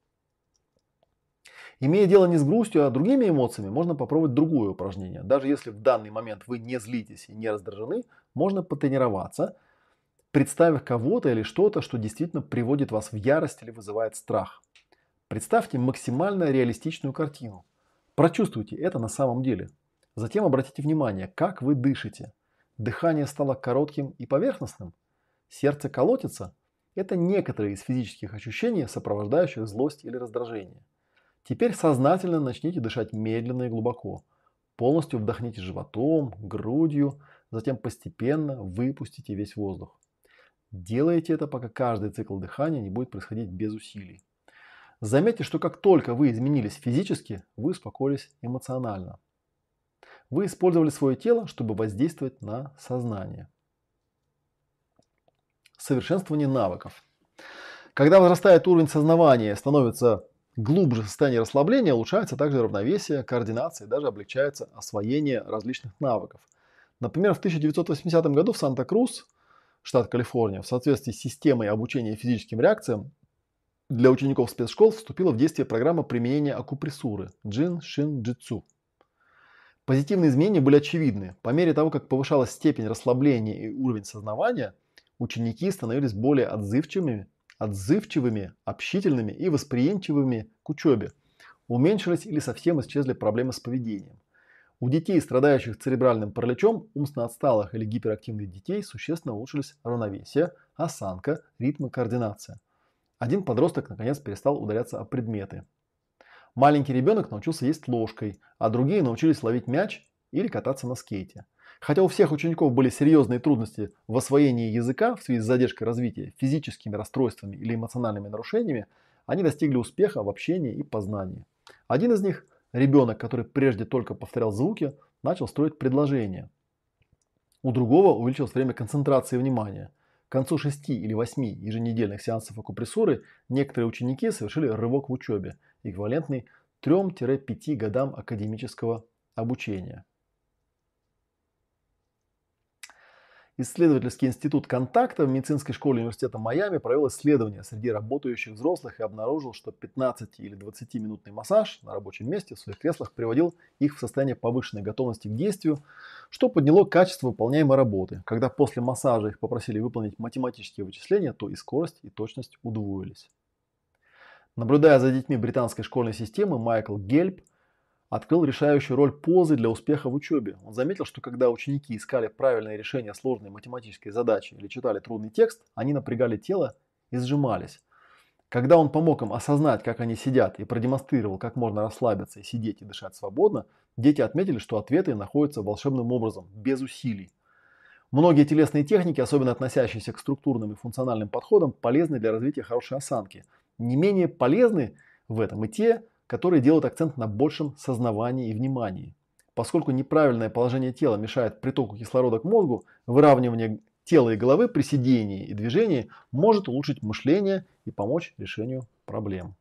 Имея дело не с грустью, а другими эмоциями, можно попробовать другое упражнение. Даже если в данный момент вы не злитесь и не раздражены, можно потренироваться, представив кого-то или что-то, что действительно приводит вас в ярость или вызывает страх. Представьте максимально реалистичную картину. Прочувствуйте это на самом деле. Затем обратите внимание, как вы дышите. Дыхание стало коротким и поверхностным. Сердце колотится. Это некоторые из физических ощущений, сопровождающих злость или раздражение. Теперь сознательно начните дышать медленно и глубоко. Полностью вдохните животом, грудью, затем постепенно выпустите весь воздух. Делайте это, пока каждый цикл дыхания не будет происходить без усилий. Заметьте, что как только вы изменились физически, вы успокоились эмоционально. Вы использовали свое тело, чтобы воздействовать на сознание. Совершенствование навыков. Когда возрастает уровень сознания, становится глубже состояние расслабления, улучшается также равновесие, координация и даже облегчается освоение различных навыков. Например, в 1980 году в Санта-Крус, штат Калифорния, в соответствии с системой обучения физическим реакциям, для учеников спецшкол вступила в действие программа применения акупрессуры Джин-Шин-Джитсу. Позитивные изменения были очевидны. По мере того, как повышалась степень расслабления и уровень сознания, ученики становились более отзывчивыми, общительными и восприимчивыми к учебе. Уменьшились или совсем исчезли проблемы с поведением. У детей, страдающих церебральным параличом, умственно отсталых или гиперактивных детей существенно улучшились равновесие, осанка, ритм и координация. Один подросток наконец перестал ударяться о предметы. Маленький ребенок научился есть ложкой, а другие научились ловить мяч или кататься на скейте. Хотя у всех учеников были серьезные трудности в освоении языка в связи с задержкой развития, физическими расстройствами или эмоциональными нарушениями, они достигли успеха в общении и познании. Один из них, ребенок, который прежде только повторял звуки, начал строить предложения. У другого увеличилось время концентрации внимания. К концу 6 или 8 еженедельных сеансов акупрессуры некоторые ученики совершили рывок в учебе, эквивалентный 3-5 годам академического обучения. Исследовательский институт контакта в медицинской школе университета Майами провел исследование среди работающих взрослых и обнаружил, что 15 или 20-минутный массаж на рабочем месте в своих креслах приводил их в состояние повышенной готовности к действию, что подняло качество выполняемой работы. Когда после массажа их попросили выполнить математические вычисления, то и скорость, и точность удвоились. Наблюдая за детьми британской школьной системы, Майкл Гельб открыл решающую роль позы для успеха в учебе. Он заметил, что когда ученики искали правильное решение сложной математической задачи или читали трудный текст, они напрягали тело и сжимались. Когда он помог им осознать, как они сидят, и продемонстрировал, как можно расслабиться и сидеть и дышать свободно, дети отметили, что ответы находятся волшебным образом, без усилий. Многие телесные техники, особенно относящиеся к структурным и функциональным подходам, полезны для развития хорошей осанки. Не менее полезны в этом и те, которые делают акцент на большем сознавании и внимании. Поскольку неправильное положение тела мешает притоку кислорода к мозгу, выравнивание тела и головы при сидении и движении может улучшить мышление и помочь решению проблем.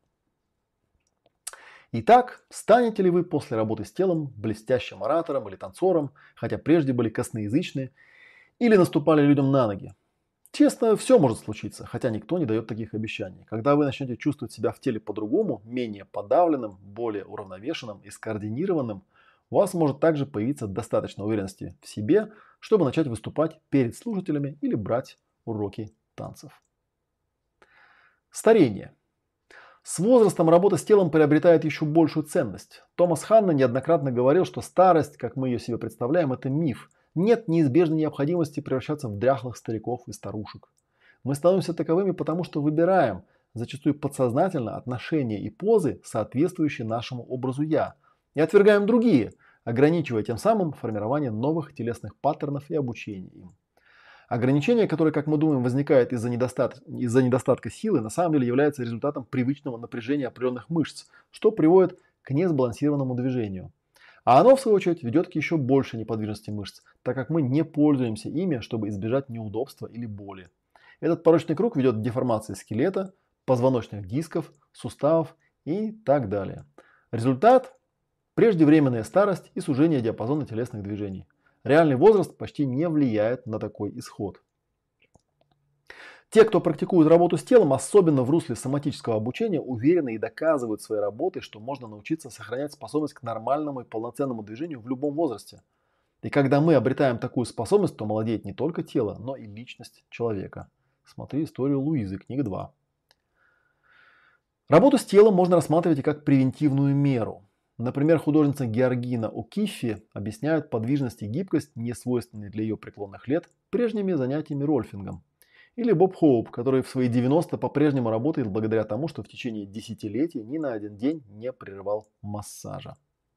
Итак, станете ли вы после работы с телом блестящим оратором или танцором, хотя прежде были косноязычны, или наступали людям на ноги? Честно, все может случиться, хотя никто не дает таких обещаний. Когда вы начнете чувствовать себя в теле по-другому, менее подавленным, более уравновешенным и скоординированным, у вас может также появиться достаточно уверенности в себе, чтобы начать выступать перед слушателями или брать уроки танцев. Старение. С возрастом работа с телом приобретает еще большую ценность. Томас Ханна неоднократно говорил, что старость, как мы ее себе представляем, это миф. Нет неизбежной необходимости превращаться в дряхлых стариков и старушек. Мы становимся таковыми, потому что выбираем, зачастую подсознательно, отношения и позы, соответствующие нашему образу «я», и отвергаем другие, ограничивая тем самым формирование новых телесных паттернов и обучение им. Ограничение, которое, как мы думаем, возникает из-за недостатка силы, на самом деле является результатом привычного напряжения определенных мышц, что приводит к несбалансированному движению. А оно, в свою очередь, ведет к еще большей неподвижности мышц, так как мы не пользуемся ими, чтобы избежать неудобства или боли. Этот порочный круг ведет к деформации скелета, позвоночных дисков, суставов и так далее. Результат – преждевременная старость и сужение диапазона телесных движений. Реальный возраст почти не влияет на такой исход. Те, кто практикует работу с телом, особенно в русле соматического обучения, уверены и доказывают своей работой, что можно научиться сохранять способность к нормальному и полноценному движению в любом возрасте. И когда мы обретаем такую способность, то молодеет не только тело, но и личность человека. Смотри историю Луизы, книга 2. Работу с телом можно рассматривать и как превентивную меру. Например, художница Георгина О'Киффи объясняет подвижность и гибкость, не свойственные для ее преклонных лет, прежними занятиями рольфингом. Или Боб Хоуп, который в свои 90 по-прежнему работает благодаря тому, что в течение десятилетий ни на один день не прерывал массажа.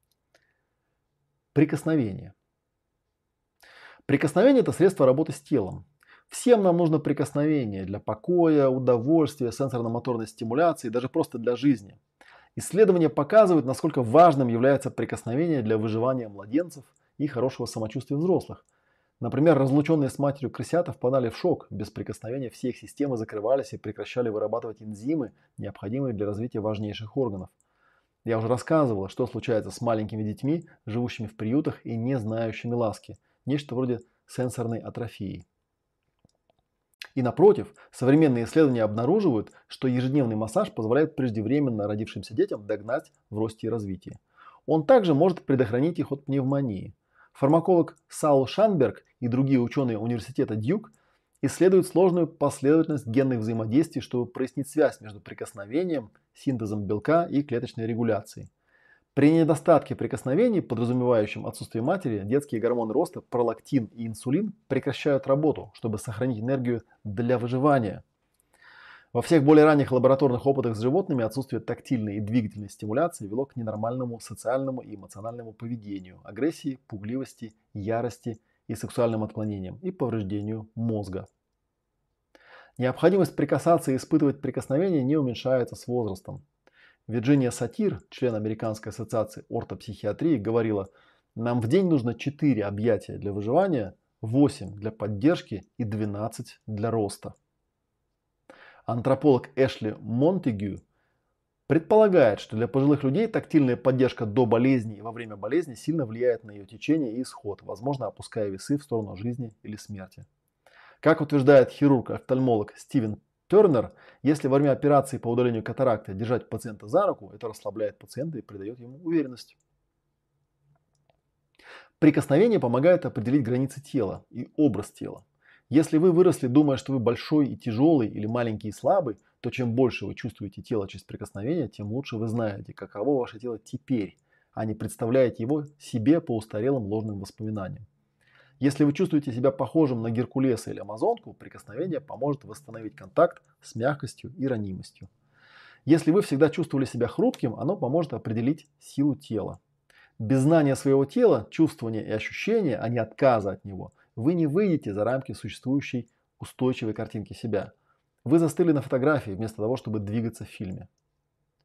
Прикосновение. Прикосновение – это средство работы с телом. Всем нам нужно прикосновение для покоя, удовольствия, сенсорно-моторной стимуляции, даже просто для жизни. Исследования показывают, насколько важным является прикосновение для выживания младенцев и хорошего самочувствия взрослых. Например, разлученные с матерью крысята впадали в шок. Без прикосновения все их системы закрывались и прекращали вырабатывать энзимы, необходимые для развития важнейших органов. Я уже рассказывал, что случается с маленькими детьми, живущими в приютах и не знающими ласки. Нечто вроде сенсорной атрофии. И напротив, современные исследования обнаруживают, что ежедневный массаж позволяет преждевременно родившимся детям догнать в росте и развитии. Он также может предохранить их от пневмонии. Фармаколог Саул Шанберг и другие ученые университета Дьюк исследуют сложную последовательность генных взаимодействий, чтобы прояснить связь между прикосновением, синтезом белка и клеточной регуляцией. При недостатке прикосновений, подразумевающем отсутствие матери, детские гормоны роста, пролактин и инсулин прекращают работу, чтобы сохранить энергию для выживания. Во всех более ранних лабораторных опытах с животными отсутствие тактильной и двигательной стимуляции вело к ненормальному социальному и эмоциональному поведению, агрессии, пугливости, ярости и сексуальным отклонениям и повреждению мозга. Необходимость прикасаться и испытывать прикосновение не уменьшается с возрастом. Вирджиния Сатир, член Американской ассоциации ортопсихиатрии, говорила: нам в день нужно 4 объятия для выживания, 8 для поддержки и 12 для роста. Антрополог Эшли Монтегю предполагает, что для пожилых людей тактильная поддержка до болезни и во время болезни сильно влияет на ее течение и исход, возможно, опуская весы в сторону жизни или смерти. Как утверждает хирург-офтальмолог Стивен Тернер, если во время операции по удалению катаракты держать пациента за руку, это расслабляет пациента и придает ему уверенность. Прикосновение помогает определить границы тела и образ тела. Если вы выросли, думая, что вы большой и тяжелый или маленький и слабый, то чем больше вы чувствуете тело через прикосновение, тем лучше вы знаете, каково ваше тело теперь, а не представляете его себе по устарелым ложным воспоминаниям. Если вы чувствуете себя похожим на Геркулеса или Амазонку, прикосновение поможет восстановить контакт с мягкостью и ранимостью. Если вы всегда чувствовали себя хрупким, оно поможет определить силу тела. Без знания своего тела, чувствования и ощущения, а не отказа от него, вы не выйдете за рамки существующей устойчивой картинки себя. Вы застыли на фотографии вместо того, чтобы двигаться в фильме.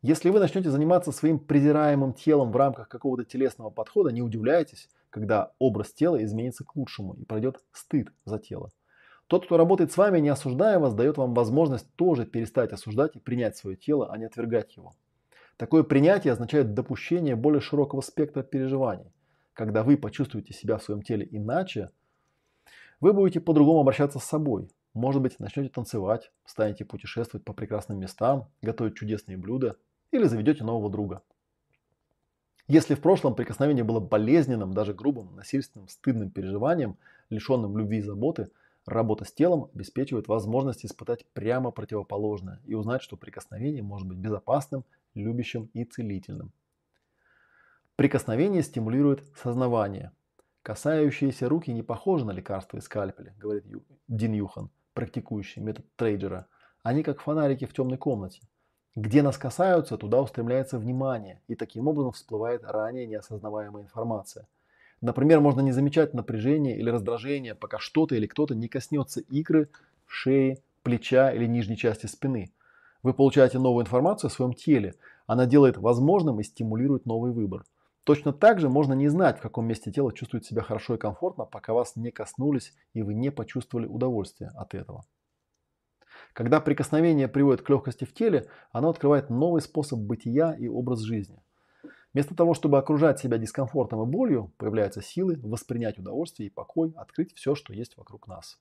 Если вы начнете заниматься своим презираемым телом в рамках какого-то телесного подхода, не удивляйтесь, когда образ тела изменится к лучшему и пройдет стыд за тело. Тот, кто работает с вами, не осуждая вас, дает вам возможность тоже перестать осуждать и принять свое тело, а не отвергать его. Такое принятие означает допущение более широкого спектра переживаний. Когда вы почувствуете себя в своем теле иначе, вы будете по-другому обращаться с собой. Может быть, начнете танцевать, станете путешествовать по прекрасным местам, готовить чудесные блюда или заведете нового друга. Если в прошлом прикосновение было болезненным, даже грубым, насильственным, стыдным переживанием, лишенным любви и заботы, работа с телом обеспечивает возможность испытать прямо противоположное и узнать, что прикосновение может быть безопасным, любящим и целительным. Прикосновение стимулирует сознавание. Касающиеся руки не похожи на лекарства и скальпели, говорит Дин Юхан, практикующий метод Трейджера. Они как фонарики в темной комнате. Где нас касаются, туда устремляется внимание, и таким образом всплывает ранее неосознаваемая информация. Например, можно не замечать напряжение или раздражение, пока что-то или кто-то не коснется икры, шеи, плеча или нижней части спины. Вы получаете новую информацию о своем теле, она делает возможным и стимулирует новый выбор. Точно так же можно не знать, в каком месте тела чувствует себя хорошо и комфортно, пока вас не коснулись и вы не почувствовали удовольствие от этого. Когда прикосновение приводит к легкости в теле, оно открывает новый способ бытия и образ жизни. Вместо того, чтобы окружать себя дискомфортом и болью, появляются силы воспринять удовольствие и покой, открыть все, что есть вокруг нас.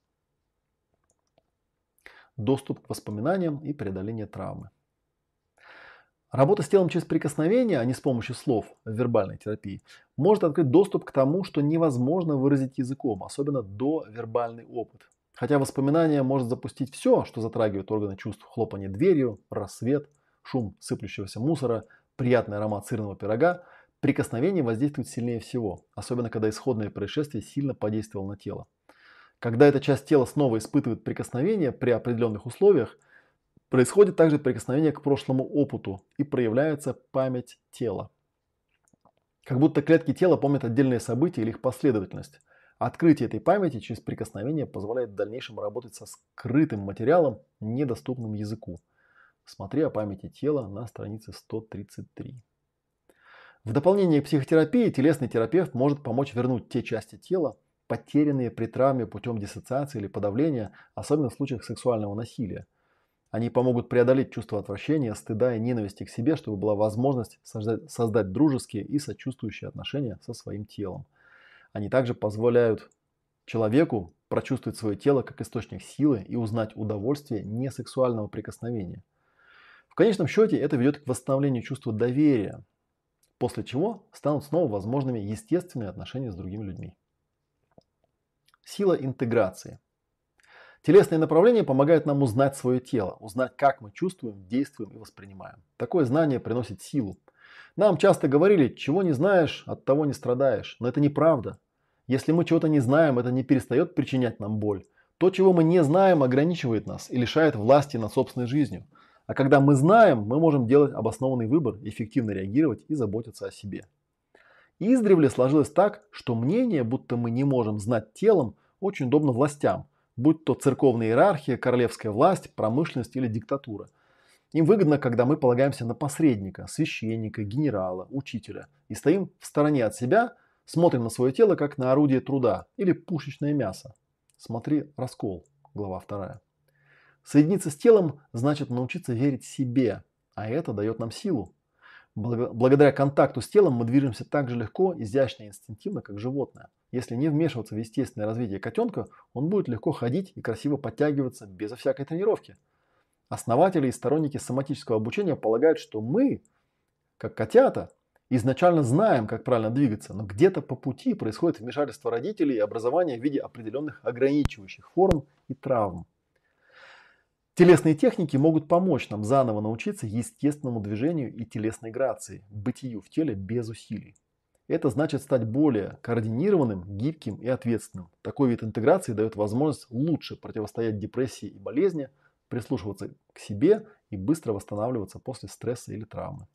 Доступ к воспоминаниям и преодоление травмы. Работа с телом через прикосновение, а не с помощью слов в вербальной терапии, может открыть доступ к тому, что невозможно выразить языком, особенно довербальный опыт. Хотя воспоминание может запустить все, что затрагивает органы чувств: хлопанье дверью, рассвет, шум сыплющегося мусора, приятный аромат сырного пирога, прикосновение воздействует сильнее всего, особенно когда исходное происшествие сильно подействовало на тело. Когда эта часть тела снова испытывает прикосновение при определенных условиях, происходит также прикосновение к прошлому опыту и проявляется память тела. Как будто клетки тела помнят отдельные события или их последовательность. Открытие этой памяти через прикосновение позволяет в дальнейшем работать со скрытым материалом, недоступным языку. Смотри о памяти тела на странице 133. В дополнение к психотерапии телесный терапевт может помочь вернуть те части тела, потерянные при травме путем диссоциации или подавления, особенно в случаях сексуального насилия. Они помогут преодолеть чувство отвращения, стыда и ненависти к себе, чтобы была возможность создать дружеские и сочувствующие отношения со своим телом. Они также позволяют человеку прочувствовать свое тело как источник силы и узнать удовольствие несексуального прикосновения. В конечном счете это ведет к восстановлению чувства доверия, после чего станут снова возможными естественные отношения с другими людьми. Сила интеграции. Телесные направления помогают нам узнать свое тело, узнать, как мы чувствуем, действуем и воспринимаем. Такое знание приносит силу. Нам часто говорили: чего не знаешь, от того не страдаешь. Но это неправда. Если мы чего-то не знаем, это не перестает причинять нам боль. То, чего мы не знаем, ограничивает нас и лишает власти над собственной жизнью. А когда мы знаем, мы можем делать обоснованный выбор, эффективно реагировать и заботиться о себе. Издревле сложилось так, что мнение, будто мы не можем знать телом, очень удобно властям, будь то церковная иерархия, королевская власть, промышленность или диктатура. Им выгодно, когда мы полагаемся на посредника, священника, генерала, учителя и стоим в стороне от себя, смотрим на свое тело как на орудие труда или пушечное мясо. Смотри «Раскол», глава 2. Соединиться с телом значит научиться верить себе, а это дает нам силу. Благодаря контакту с телом мы движемся так же легко, изящно и инстинктивно, как животное. Если не вмешиваться в естественное развитие котенка, он будет легко ходить и красиво подтягиваться безо всякой тренировки. Основатели и сторонники соматического обучения полагают, что мы, как котята, изначально знаем, как правильно двигаться, но где-то по пути происходит вмешательство родителей и образование в виде определенных ограничивающих форм и травм. Телесные техники могут помочь нам заново научиться естественному движению и телесной грации, бытию в теле без усилий. Это значит стать более координированным, гибким и ответственным. Такой вид интеграции дает возможность лучше противостоять депрессии и болезни, прислушиваться к себе и быстро восстанавливаться после стресса или травмы.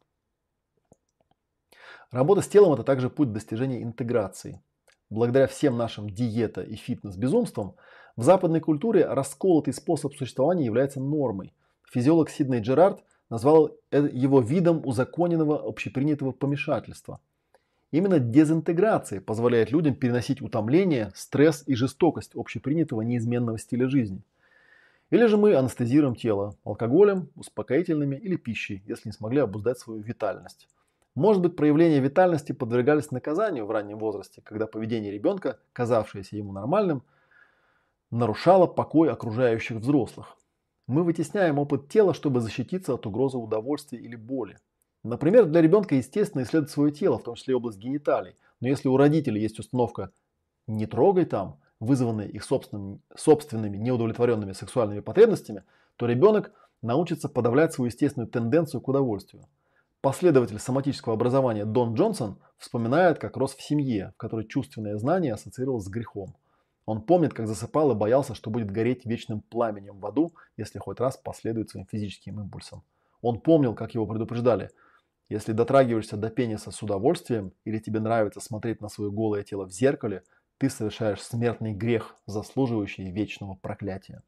Работа с телом – это также путь достижения интеграции. Благодаря всем нашим диета и фитнес-безумствам, в западной культуре расколотый способ существования является нормой. Физиолог Сидней Джерард назвал его видом узаконенного общепринятого помешательства. Именно дезинтеграция позволяет людям переносить утомление, стресс и жестокость общепринятого неизменного стиля жизни. Или же мы анестезируем тело алкоголем, успокоительными или пищей, если не смогли обуздать свою витальность. Может быть, проявления витальности подвергались наказанию в раннем возрасте, когда поведение ребенка, казавшееся ему нормальным, нарушало покой окружающих взрослых. Мы вытесняем опыт тела, чтобы защититься от угрозы удовольствия или боли. Например, для ребенка естественно исследовать свое тело, в том числе и область гениталий. Но если у родителей есть установка «не трогай там», вызванная их собственными неудовлетворенными сексуальными потребностями, то ребенок научится подавлять свою естественную тенденцию к удовольствию. Последователь соматического образования Дон Джонсон вспоминает, как рос в семье, в которой чувственное знание ассоциировалось с грехом. Он помнит, как засыпал и боялся, что будет гореть вечным пламенем в аду, если хоть раз последует своим физическим импульсам. Он помнил, как его предупреждали: если дотрагиваешься до пениса с удовольствием или тебе нравится смотреть на свое голое тело в зеркале, ты совершаешь смертный грех, заслуживающий вечного проклятия.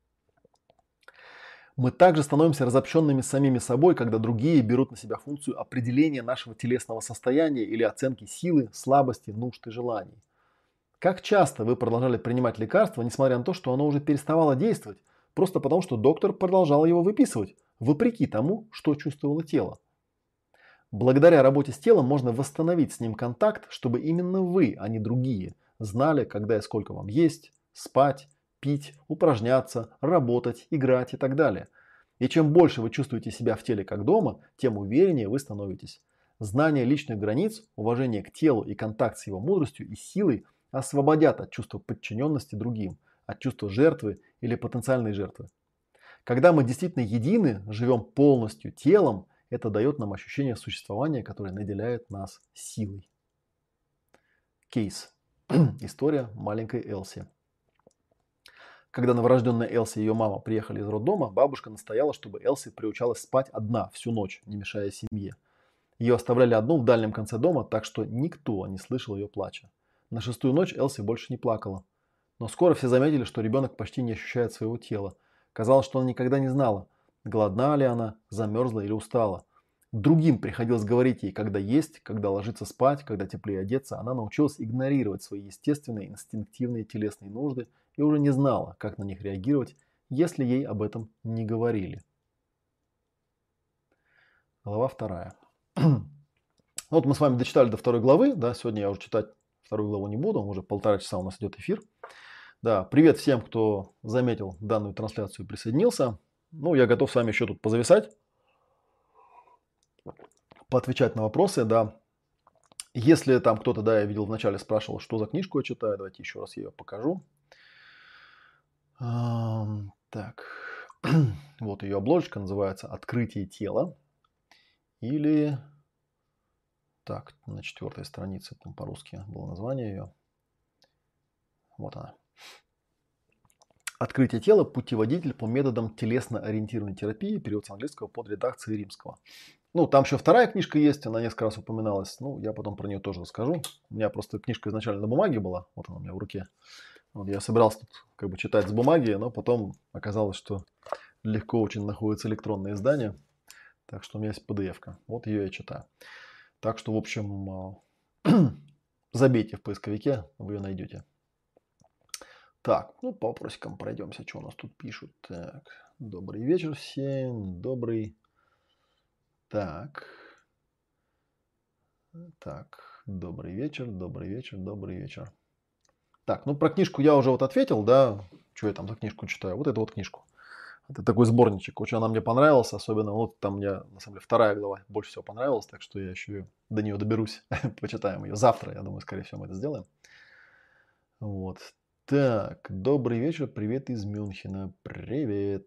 Мы также становимся разобщенными самими собой, когда другие берут на себя функцию определения нашего телесного состояния или оценки силы, слабости, нужд и желаний. Как часто вы продолжали принимать лекарство, несмотря на то, что оно уже переставало действовать, просто потому, что доктор продолжал его выписывать, вопреки тому, что чувствовало тело? Благодаря работе с телом можно восстановить с ним контакт, чтобы именно вы, а не другие, знали, когда и сколько вам есть, спать, пить, упражняться, работать, играть и так далее. И чем больше вы чувствуете себя в теле как дома, тем увереннее вы становитесь. Знание личных границ, уважение к телу и контакт с его мудростью и силой освободят от чувства подчиненности другим, от чувства жертвы или потенциальной жертвы. Когда мы действительно едины, живем полностью телом, это дает нам ощущение существования, которое наделяет нас силой. Кейс. История маленькой Элси. Когда новорожденная Элси и ее мама приехали из роддома, бабушка настояла, чтобы Элси приучалась спать одна всю ночь, не мешая семье. Ее оставляли одну в дальнем конце дома, так что никто не слышал ее плача. На 6-ю ночь Элси больше не плакала. Но скоро все заметили, что ребенок почти не ощущает своего тела. Казалось, что она никогда не знала, голодна ли она, замерзла или устала. Другим приходилось говорить ей, когда есть, когда ложиться спать, когда теплее одеться. Она научилась игнорировать свои естественные, инстинктивные телесные нужды и уже не знала, как на них реагировать, если ей об этом не говорили. Глава 2. Вот мы с вами дочитали до 2 главы. Да, сегодня я уже читать 2 главу не буду, уже 1,5 часа у нас идет эфир. Да, привет всем, кто заметил данную трансляцию и присоединился. Ну, я готов с вами еще тут позависать, поотвечать на вопросы, да. Если там кто-то, да, я видел вначале, спрашивал, что за книжку я читаю, давайте еще раз ее покажу. Так, вот ее обложечка, называется «Открытие тела». Или, так, на 4-й странице, там по-русски было название ее. Вот она. «Открытие тела. Путеводитель по методам телесно-ориентированной терапии». Перевод с английского под редакцией римского. Ну, там еще 2-я книжка есть, она несколько раз упоминалась. Ну, я потом про нее тоже расскажу. У меня просто книжка изначально на бумаге была, вот она у меня в руке. Вот я собирался тут как бы читать с бумаги, но потом оказалось, что легко очень находится электронное издание. Так что у меня есть PDF-ка. Вот ее я читаю. Так что, в общем, забейте в поисковике, вы ее найдете. Так, ну по вопросикам пройдемся, что у нас тут пишут. Так, добрый вечер всем, добрый. Так, добрый вечер, добрый вечер, добрый вечер. Так, ну про книжку я уже вот ответил, да, что я там за книжку читаю. Вот эту вот книжку. Это такой сборничек, очень она мне понравилась, особенно вот там мне, на самом деле, 2 глава больше всего понравилась, так что я еще до нее доберусь, почитаем ее завтра, я думаю, скорее всего мы это сделаем. Вот, так, добрый вечер, привет из Мюнхена, привет.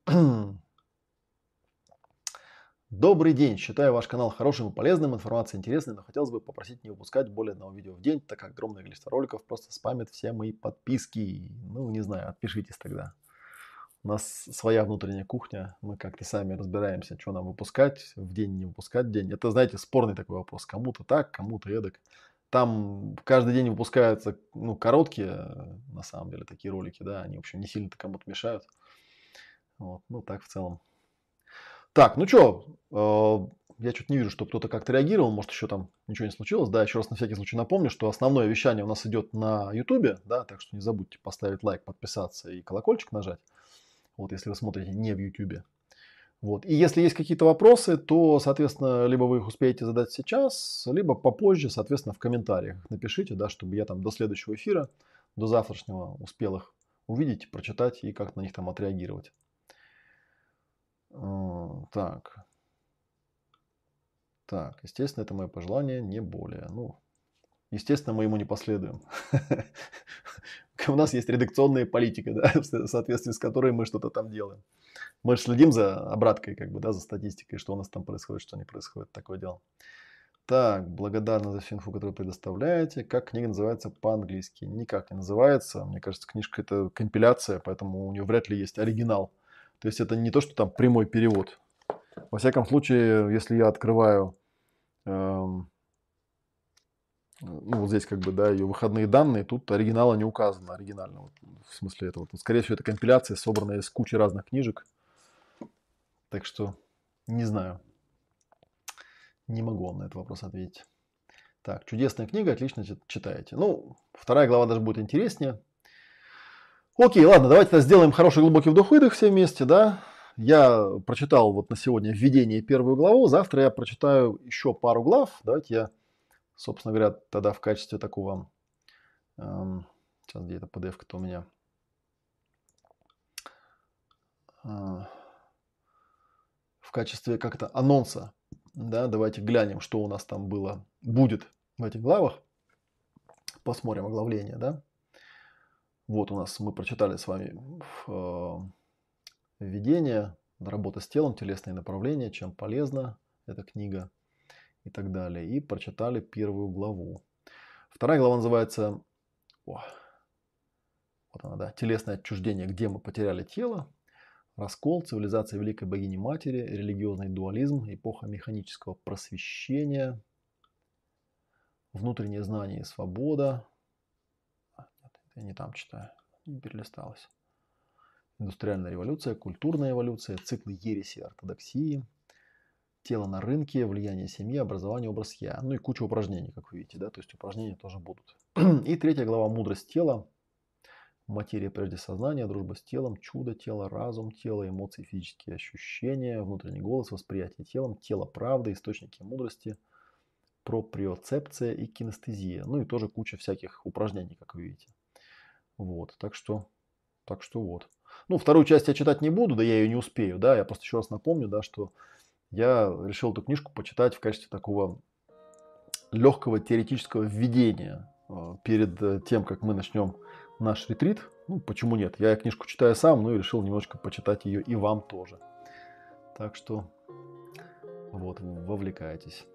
Добрый день, считаю ваш канал хорошим и полезным, информация интересная, но хотелось бы попросить не выпускать более одного видео в день, так как огромное количество роликов просто спамит все мои подписки. Ну, не знаю, отпишитесь тогда. У нас своя внутренняя кухня, мы как-то сами разбираемся, что нам выпускать в день, не выпускать в день. Это, знаете, спорный такой вопрос. Кому-то так, кому-то эдак. Там каждый день выпускаются, ну, короткие, на самом деле, такие ролики, да, они, в общем, не сильно-то кому-то мешают. Вот, ну, так в целом. Так, ну что, я что-то не вижу, что кто-то как-то реагировал, может, еще там ничего не случилось. Да, еще раз на всякий случай напомню, что основное вещание у нас идет на YouTube, да, так что не забудьте поставить лайк, подписаться и колокольчик нажать, вот, если вы смотрите не в YouTube. Вот. И если есть какие-то вопросы, то, соответственно, либо вы их успеете задать сейчас, либо попозже, соответственно, в комментариях напишите, да, чтобы я там до следующего эфира, до завтрашнего успел их увидеть, прочитать и как-то на них там отреагировать. Так. Так, естественно, это мое пожелание, не более. Ну, естественно, мы ему не последуем. У нас есть редакционная политика, да, в соответствии с которой мы что-то там делаем. Мы же следим за обраткой, как бы, да, за статистикой, что у нас там происходит, что не происходит, такое дело. Так, благодарна за всю инфу, которую предоставляете. Как книга называется по-английски? Никак не называется. Мне кажется, книжка это компиляция, поэтому у нее вряд ли есть оригинал. То есть это не то, что там прямой перевод. Во всяком случае, если я открываю, ну вот здесь как бы, да, ее выходные данные, тут оригинала не указано, оригинально, вот, в смысле этого. Скорее всего, это компиляция, собранная из кучи разных книжек. Так что не знаю. Не могу вам на этот вопрос ответить. Так, чудесная книга, отлично читаете. Ну, вторая глава даже будет интереснее. Окей, ладно, давайте тогда сделаем хороший глубокий вдох-выдох все вместе, да. Я прочитал вот на сегодня введение первую главу. Завтра я прочитаю еще пару глав. Давайте я, собственно говоря, тогда в качестве такого... сейчас где эта PDF-ка-то у меня? В качестве как-то анонса, да, давайте глянем, что у нас там будет в этих главах. Посмотрим оглавление, да. Вот у нас мы прочитали с вами введение, работа с телом, телесные направления, чем полезна эта книга и так далее. И прочитали первую главу. Вторая глава называется вот она, да, «Телесное отчуждение. Где мы потеряли тело. Раскол, цивилизация великой богини матери, религиозный дуализм, эпоха механического просвещения, внутреннее знание и свобода». Нет, я не там читаю, не перелисталось. Индустриальная революция, культурная эволюция, циклы ереси и ортодоксии, тело на рынке, влияние семьи, образование, образ я. Ну и куча упражнений, как вы видите, да, то есть упражнения тоже будут. И третья глава «Мудрость тела». Материя прежде сознания, дружба с телом, чудо тела, разум тела, эмоции, физические ощущения, внутренний голос, восприятие телом, тело правды, источники мудрости, проприоцепция и кинестезия. Ну и тоже куча всяких упражнений, как вы видите. Вот, так что вот. Ну, вторую часть я читать не буду, да я ее не успею, да, я просто еще раз напомню, да, что я решил эту книжку почитать в качестве такого легкого теоретического введения перед тем, как мы начнем наш ретрит. Ну, почему нет? Я книжку читаю сам, но и решил немножко почитать ее и вам тоже. Так что вот, вовлекайтесь.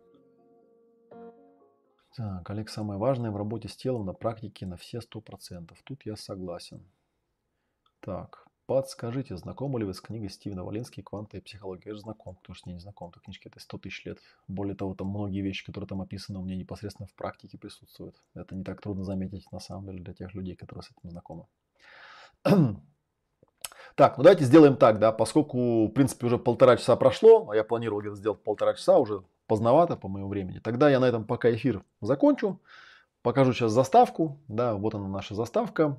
Так, Олег, самое важное в работе с телом на практике на все 100%. Тут я согласен. Так, подскажите, знакомы ли вы с книгой Стивена Валенски «Квантовая психология»? Я же знаком, кто же с ней не знаком. Эта книжка это 100 тысяч лет. Более того, там многие вещи, которые там описаны, у меня непосредственно в практике присутствуют. Это не так трудно заметить, на самом деле, для тех людей, которые с этим знакомы. Так, ну давайте сделаем так, да, поскольку, в принципе, уже 1,5 часа прошло, а я планировал где-то сделать 1,5 часа, уже поздновато по моему времени, тогда я на этом пока эфир закончу, покажу сейчас заставку, да, вот она наша заставка.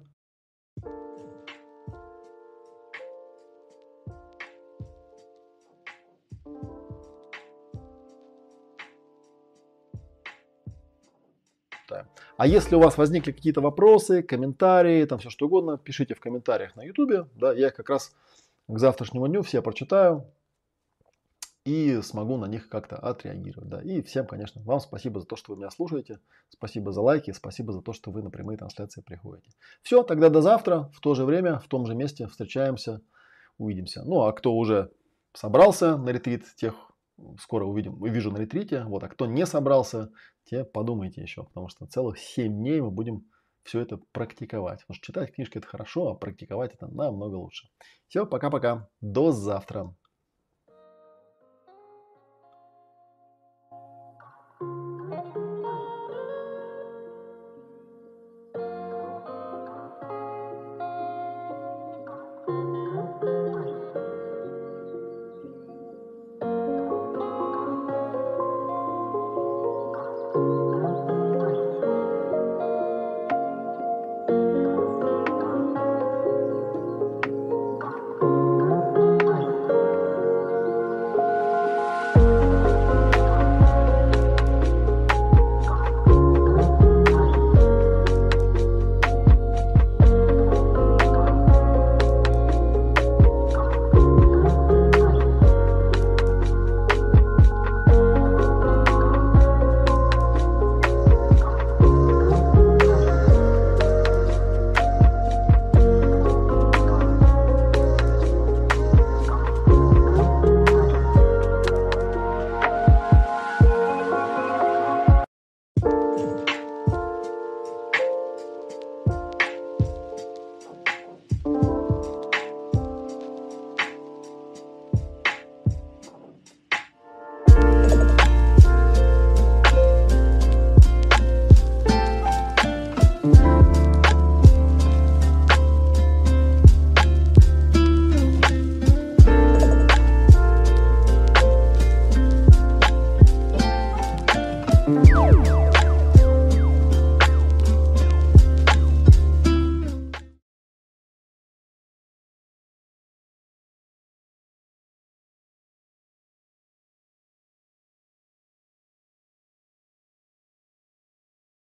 А если у вас возникли какие-то вопросы, комментарии, там все что угодно, пишите в комментариях на YouTube. Да, я их как раз к завтрашнему дню все прочитаю и смогу на них как-то отреагировать. Да. И всем, конечно, вам спасибо за то, что вы меня слушаете. Спасибо за лайки, спасибо за то, что вы на прямые трансляции приходите. Все, тогда до завтра, в то же время, в том же месте встречаемся, увидимся. Ну, а кто уже собрался на ретрит, тех скоро увижу на ретрите. Вот, а кто не собрался, те подумайте еще, потому что целых 7 дней мы будем все это практиковать. Потому что читать книжки это хорошо, а практиковать это намного лучше. Все, пока-пока. До завтра.